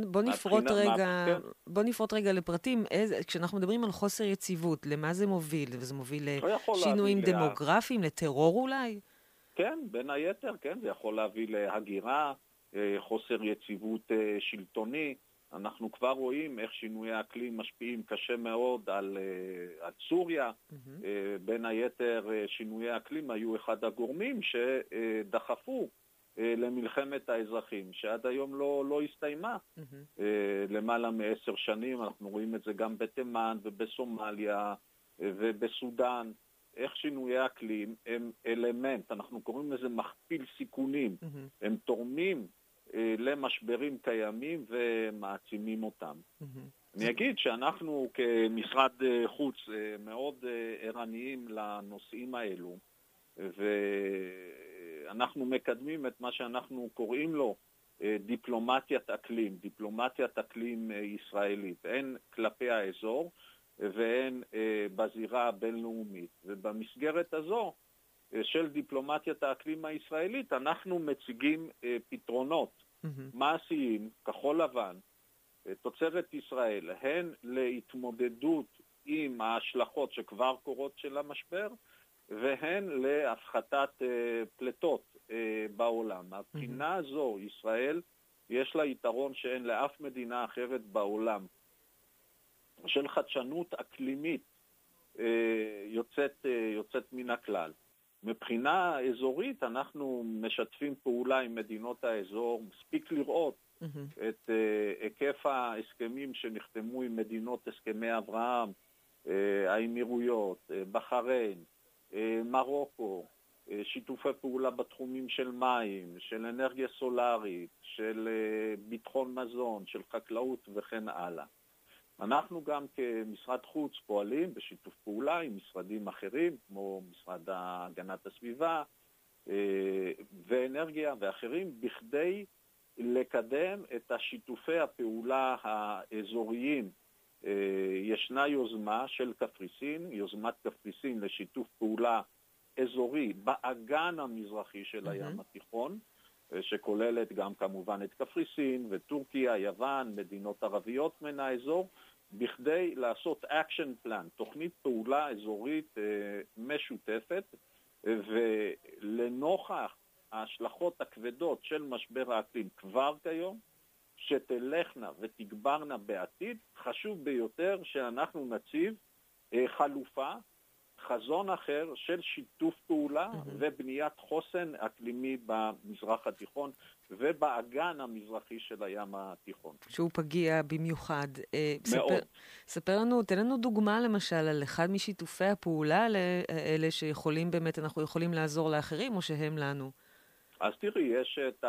בוא נפרוט רגע לפרטים. כשאנחנו מדברים על חוסר יציבות, למה זה מוביל? וזה מוביל לשינויים דמוגרפיים, לטרור אולי? כן, בין היתר, כן, זה יכול להביא להגירה, חוסר יציבות שלטוני. אנחנו כבר רואים איך שינויי האקלים משפיעים קשה מאוד על סוריה. בין היתר, שינויי האקלים היו אחד הגורמים שדחפו למלחמת האזרחים, שעד היום לא הסתיימה. למעלה מ10 שנים, אנחנו רואים את זה גם בתימן ובסומליה ובסודן. איך שינויי האקלים הם אלמנט, אנחנו קוראים לזה מכפיל סיכונים, הם תורמים למשברים קיימים ומעצימים אותם. אני אגיד שאנחנו כמשרד חוץ מאוד ערניים לנושאים האלו, ואנחנו מקדמים את מה שאנחנו קוראים לו דיפלומטיית אקלים ישראלית, הן כלפי האזור והן בזירה הבינלאומית. ובמסגרת הזו של דיפלומטיית האקלים הישראלית אנחנו מציגים פתרונות מעשיים, כחול לבן, תוצרת ישראל, הן להתמודדות עם ההשלכות שכבר קורות של המשבר, והן להפחתת פלטות בעולם. מבחינה הזו, ישראל יש לה יתרון שאין לאף מדינה אחרת בעולם, של חדשנות אקלימית יוצאת מן הכלל. מבחינה אזורית אנחנו משתפים פעולה עם מדינות האזור, מספיק לראות את היקף ההסכמים שנחתמו עם מדינות הסכמי אברהם, האמירויות, בחריין, מרוקו, שיתופי פעולה בתחומים של מים, של אנרגיה סולארית, של ביטחון מזון, של חקלאות וכן הלאה. אנחנו גם כמשרד חוץ פועלים בשיתוף פעולה עם משרדים אחרים, כמו משרד הגנת הסביבה ואנרגיה ואחרים, בכדי לקדם את השיתופי הפעולה האזוריים. ישנה יוזמה של קפריסין, יוזמת קפריסין לשיתוף פעולה אזורי באגן המזרחי של הים התיכון, שכוללת גם כמובן את קפריסין וטורקיה, יוון, מדינות ערביות מן האזור, בכדי לעשות action plan, תוכנית פעולה אזורית משותפת, ולנוכח ההשלכות הכבדות של משבר האקלים כבר כיום, שתלכנה ותגברנה בעתיד, חשוב ביותר שאנחנו נציב חלופה, חזון אחר של שיתוף פעולה ובניית חוסן אקלימי במזרח התיכון ובאגן המזרחי של הים התיכון. שהוא פגיע במיוחד. מאוד. ספר לנו, תן לנו דוגמה למשל על אחד משיתופי הפעולה האלה שיכולים באמת, אנחנו יכולים לעזור לאחרים או שהם לנו? אז תראי, יש את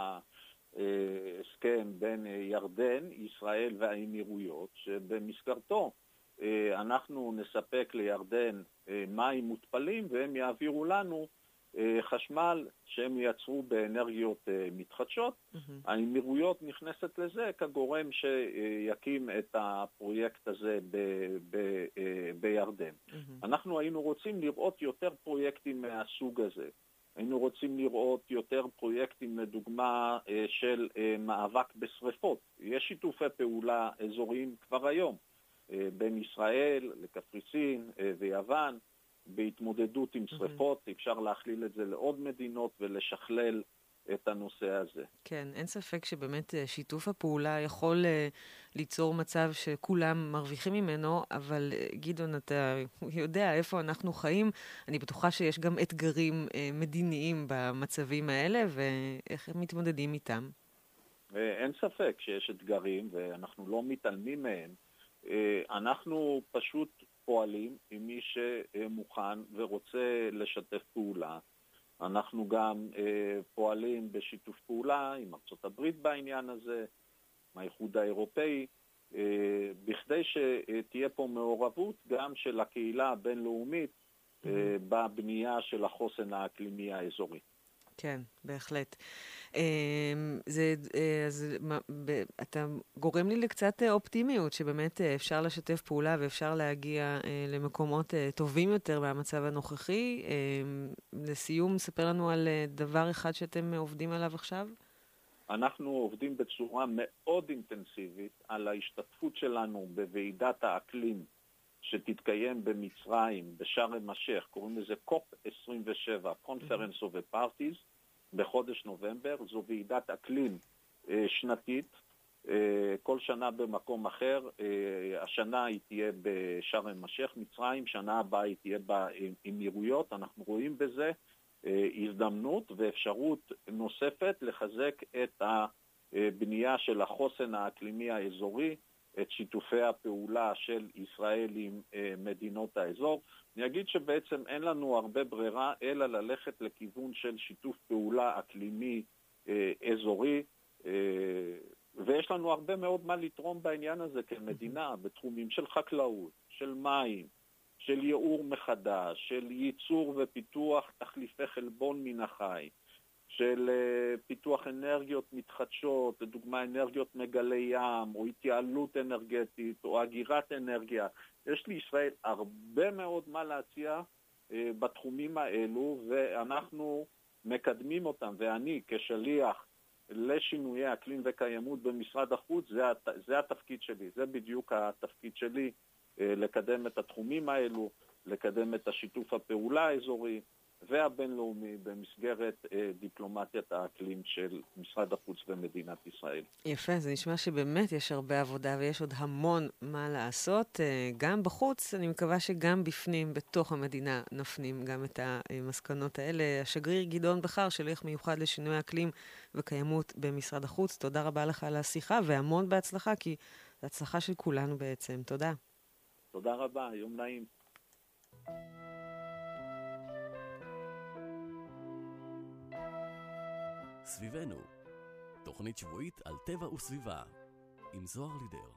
ההסכם בין ירדן, ישראל והאמירויות, שבמסגרתו אנחנו נספק לירדן מים מותפלים והם יעבירו לנו חשמל שהם ייצרו באנרגיות מתחדשות. האמירויות נכנסת לזה כגורם שיקים את הפרויקט הזה בירדן. אנחנו היינו רוצים לראות יותר פרויקטים מהסוג הזה. היינו רוצים לראות יותר פרויקטים לדוגמה של מאבק בשריפות. יש שיתופי פעולה אזוריים כבר היום בין ישראל לקפריסין ויוון בהתמודדות עם שריפות. אפשר להכליל את זה לעוד מדינות ולשכלל את הנושא הזה. כן, אין ספק שבאמת שיתוף הפעולה יכול ליצור מצב שכולם מרוויחים ממנו, אבל גדעון, אתה יודע איפה אנחנו חיים. אני בטוחה שיש גם אתגרים מדיניים במצבים האלה, ואיך הם מתמודדים איתם. אין ספק שיש אתגרים, ואנחנו לא מתעלמים מהם. אנחנו פשוט פועלים עם מי שמוכן ורוצה לשתף פעולה. אנחנו גם פועלים בשיתוף פעולה עם ארצות הברית בעניין הזה, עם האיחוד האירופאי, בכדי שתהיה פה מעורבות גם של הקהילה הבינלאומית בבנייה של החוסן האקלימי האזורי. כן, בהחלט. אתה גורם לי לקצת אופטימיות, שבאמת אפשר לשתף פעולה ואפשר להגיע למקומות טובים יותר מהמצב הנוכחי. לסיום, ספר לנו על דבר אחד שאתם עובדים עליו עכשיו. אנחנו עובדים בצורה מאוד אינטנסיבית על ההשתתפות שלנו בוועידת האקלים שתתקיים במצרים, בשארם א-שייח, קוראים לזה COP27, Conference of the Parties, בחודש נובמבר. זו ועידת אקלים שנתית, כל שנה במקום אחר. השנה היא תהיה בשארם א-שייח, מצרים, שנה הבאה היא תהיה באמירויות. אנחנו רואים בזה הזדמנות ואפשרות נוספת לחזק את הבנייה של החוסן האקלימי האזורי, את שיתופי הפעולה של ישראל עם מדינות האזור. אני אגיד שבעצם אין לנו הרבה ברירה אלא ללכת לכיוון של שיתוף פעולה אקלימי אזורי, ויש לנו הרבה מאוד מה לתרום בעניין הזה כמדינה, בתחומים של חקלאות, של מים, של ייעור מחדש, של ייצור ופיתוח תחליפי חלבון מן החי, של פיתוח אנרגיות מתחדשות, לדוגמה אנרגיות מגלי ים, או התייעלות אנרגטית, או הגירת אנרגיה. יש לישראל הרבה מאוד מה להציע בתחומים האלו, ואנחנו מקדמים אותם, ואני כשליח לשינויי אקלים וקיימות במשרד החוץ, זה התפקיד שלי, זה בדיוק התפקיד שלי, לקדם את התחומים האלו, לקדם את השיתוף הפעולה האזורי והבינלאומי במסגרת דיפלומטיית האקלים של משרד החוץ ומדינת ישראל. יפה, זה נשמע שבאמת יש הרבה עבודה ויש עוד המון מה לעשות. גם בחוץ, אני מקווה שגם בפנים, בתוך המדינה, נפנים גם את המסקנות האלה. השגריר גדעון בכר, שליח מיוחד לשינוי אקלים וקיימות במשרד החוץ, תודה רבה לך על השיחה והמון בהצלחה, כי זו הצלחה של כולנו בעצם. תודה. תודה רבה, יום נעים. סביבנו, תוכנית שבועית על טבע וסביבה, עם זוהר לידר.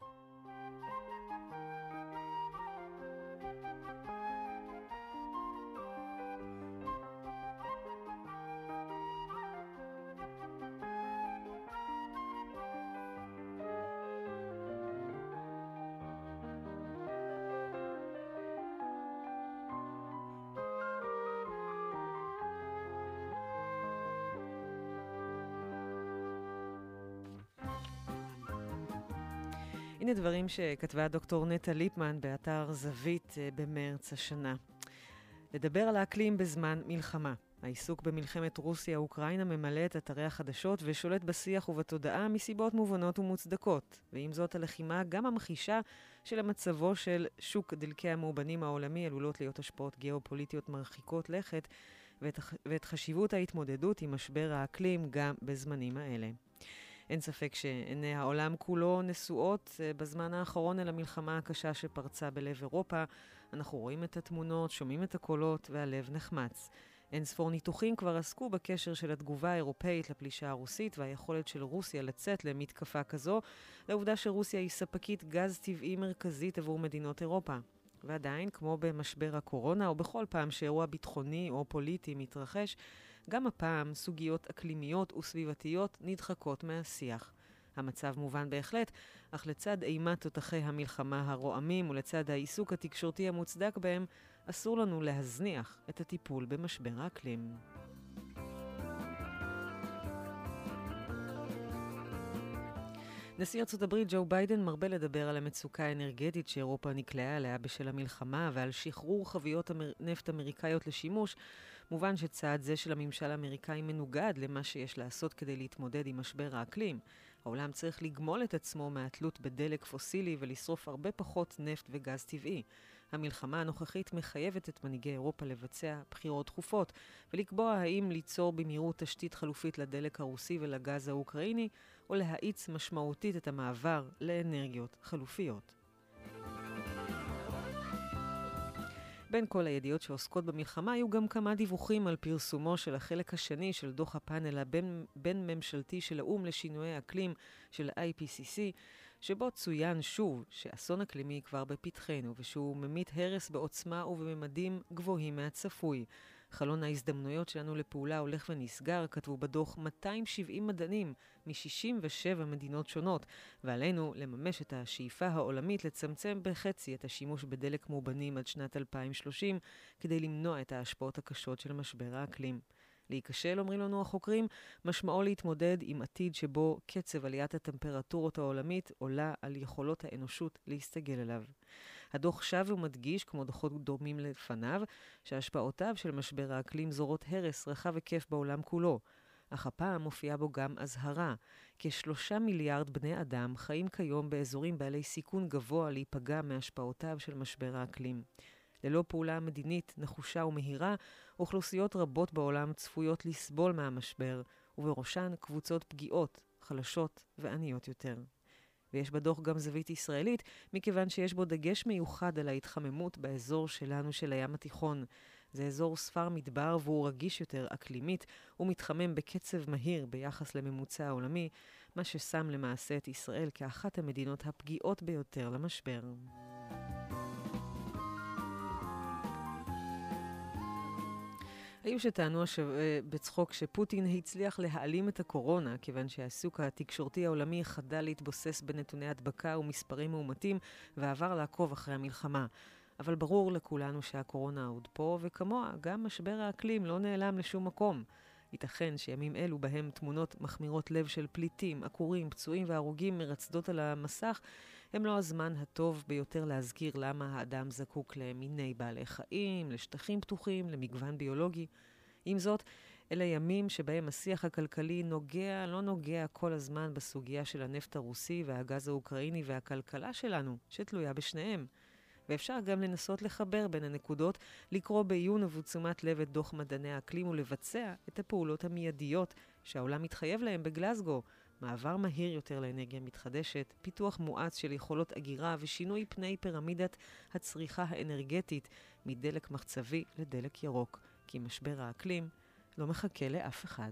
הנה דברים שכתבה דוקטור נטע ליפמן באתר זווית במרץ השנה. לדבר על האקלים בזמן מלחמה. העיסוק במלחמת רוסיה-אוקראינה ממלא את אתרי החדשות ושולט בשיח ובתודעה מסיבות מובנות ומוצדקות. ועם זאת הלחימה גם המחישה של המצבו של שוק דלקי המאובנים העולמי עלולות להיות השפעות גיאופוליטיות מרחיקות לכת ואת חשיבות ההתמודדות עם משבר האקלים גם בזמנים האלה. אין ספק שעיני העולם כולו נשואות בזמן האחרון אל המלחמה הקשה שפרצה בלב אירופה. אנחנו רואים את התמונות, שומעים את הקולות והלב נחמץ. אין ספור ניתוחים כבר עסקו בקשר של התגובה האירופאית לפלישה הרוסית והיכולת של רוסיה לצאת למתקפה כזו, לעובדה שרוסיה היא ספקית גז טבעי מרכזית עבור מדינות אירופה. ועדיין, כמו במשבר הקורונה או בכל פעם שאירוע ביטחוני או פוליטי מתרחש, גם הפעם סוגיות אקלימיות וסביבתיות נדחקות מהשיח. המצב מובן בהחלט, אך לצד אימת תותחי המלחמה הרועמים ולצד העיסוק התקשורתי המוצדק בהם, אסור לנו להזניח את הטיפול במשבר האקלים. נשיא ארצות הברית ג'ו ביידן מרבה לדבר על המצוקה האנרגטית שאירופה נקלעה עליה בשל המלחמה ועל שחרור חביות נפט אמריקאיות לשימוש. מובן שצעד זה של הממשל האמריקאי מנוגד למה שיש לעשות כדי להתמודד עם משבר האקלים. העולם צריך לגמול את עצמו מהתלות בדלק פוסילי ולשרוף הרבה פחות נפט וגז טבעי. המלחמה הנוכחית מחייבת את מנהיגי אירופה לבצע בחירות דחופות ולקבוע האם ליצור במהירות תשתית חלופית לדלק הרוסי ולגז האוקראיני או להאיץ משמעותית את המעבר לאנרגיות חלופיות. בין כל הידיעות שעוסקות במלחמה היו גם כמה דיווחים על פרסומו של החלק השני של דוח הפאנל הבין-ממשלתי של האו"ם לשינויי אקלים של IPCC, שבו צוין שוב שאסון אקלימי כבר בפתחנו ושהוא ממית הרס בעוצמה ובממדים גבוהים מהצפוי. חלון ההזדמנויות שלנו לפעולה הולך ונסגר, כתבו בדוח 270 מדענים מ-67 מדינות שונות, ועלינו לממש את השאיפה העולמית לצמצם בחצי את השימוש בדלק מאובנים עד שנת 2030, כדי למנוע את ההשפעות הקשות של משבר האקלים. להיכשל, אומרים לנו החוקרים, משמעו להתמודד עם עתיד שבו קצב עליית הטמפרטורות העולמית עולה על יכולות האנושות להסתגל אליו. הדוח שב ומדגיש, כמו דוחות דומים לפניו, שהשפעותיו של משבר האקלים זורות הרס רחב היקף בעולם כולו. אך הפעם מופיעה בו גם אזהרה, כ3 מיליארד בני אדם חיים כיום באזורים בעלי סיכון גבוה להיפגע מהשפעותיו של משבר האקלים. ללא פעולה מדינית נחושה ומהירה, אוכלוסיות רבות בעולם צפויות לסבול מהמשבר, ובראשן קבוצות פגיעות, חלשות ועניות יותר. ויש בדוח גם זווית ישראלית, מכיוון שיש בו דגש מיוחד על ההתחממות באזור שלנו של הים התיכון. זה אזור ספר מדבר והוא רגיש יותר אקלימית, ומתחמם בקצב מהיר ביחס לממוצע העולמי, מה ששם למעשה את ישראל כאחת המדינות הפגיעות ביותר למשבר. היו שטענו בצחוק שפוטין הצליח להעלים את הקורונה, כיוון שהעיסוק התקשורתי העולמי חדל להתבוסס בנתוני הדבקה ומספרים מאומתים, ועבר לעקוב אחרי המלחמה. אבל ברור לכולנו שהקורונה עוד פה, וכמוה גם משבר האקלים לא נעלם לשום מקום. ייתכן שימים אלו בהם תמונות מחמירות לב של פליטים, עקורים, פצועים והרוגים מרצדות על המסך, הם לא הזמן הטוב ביותר להזכיר למה האדם זקוק למיני בעלי חיים, לשטחים פתוחים, למגוון ביולוגי. עם זאת, אלה ימים שבהם השיח הכלכלי לא נוגע כל הזמן בסוגיה של הנפט הרוסי והגז האוקראיני והכלכלה שלנו, שתלויה בשניהם. ואפשר גם לנסות לחבר בין הנקודות, לקרוא בעיון ובתשומת לב את דוח מדעני האקלים ולבצע את הפעולות המיידיות שהעולם מתחייב להם בגלסגו, מעבר מהיר יותר לאנרגיה מתחדשת, פיתוח מואץ של יכולות אגירה ושינוי פני פירמידת הצריכה האנרגטית מדלק מחצבי לדלק ירוק, כי משבר האקלים לא מחכה לאף אחד.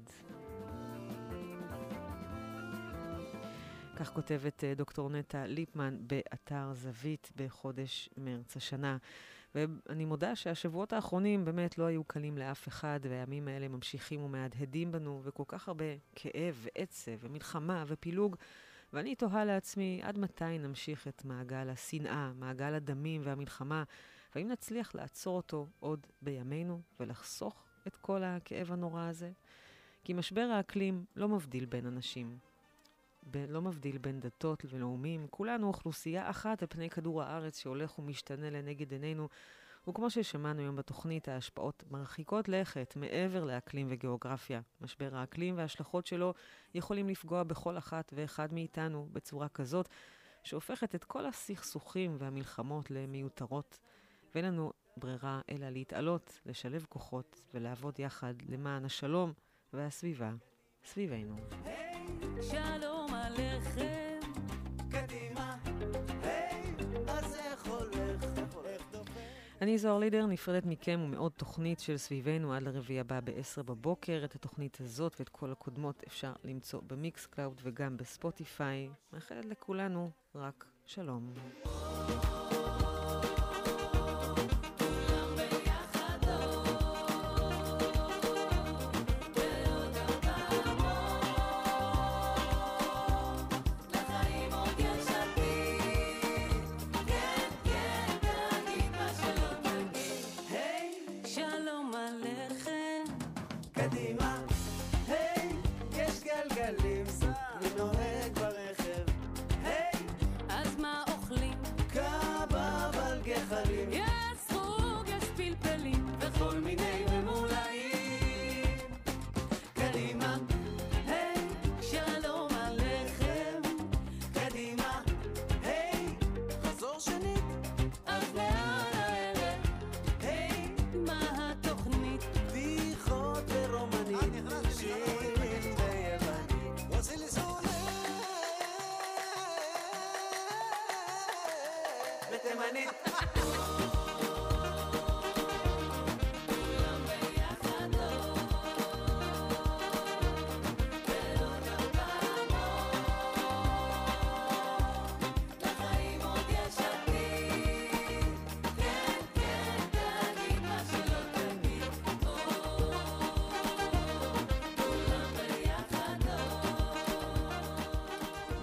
כך כותבת דוקטור נטע ליפמן באתר זווית בחודש מרץ השנה. ואני מודה שהשבועות האחרונים באמת לא היו קלים לאף אחד, והימים האלה ממשיכים ומהדהדים בנו, וכל כך הרבה כאב ועצב ומלחמה ופילוג. ואני תוהה לעצמי, עד מתי נמשיך את מעגל השנאה, מעגל הדמים והמלחמה, והאם נצליח לעצור אותו עוד בימינו ולחסוך את כל הכאב הנורא הזה? כי משבר האקלים לא מבדיל בין אנשים. לא מבדיל בין דתות ולאומים, כולנו אוכלוסייה אחת על פני כדור הארץ שהולך ומשתנה לנגד עינינו, וכמו ששמענו היום בתוכנית, ההשפעות מרחיקות לכת מעבר לאקלים וגיאוגרפיה. משבר האקלים וההשלכות שלו יכולים לפגוע בכל אחת ואחד מאיתנו בצורה כזאת, שהופכת את כל הסכסוכים והמלחמות למיותרות, ואין לנו ברירה אלא להתעלות, לשלב כוחות ולעבוד יחד למען השלום והסביבה סביבנו. שלום עליכם, קדימה, היי, אז איך הולך, איך דופק? אני זוהר לידר, נפרדת מכם ומעוד תוכנית של סביבנו עד לרביעי הבא ב-10 בבוקר. את התוכנית הזאת ואת כל הקודמות אפשר למצוא במיקס קלאוד וגם בספוטיפיי. מאחלת לכולנו רק שלום.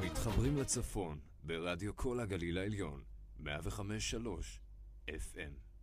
צפון ברדיו כל הגליל העליון 105.3 FM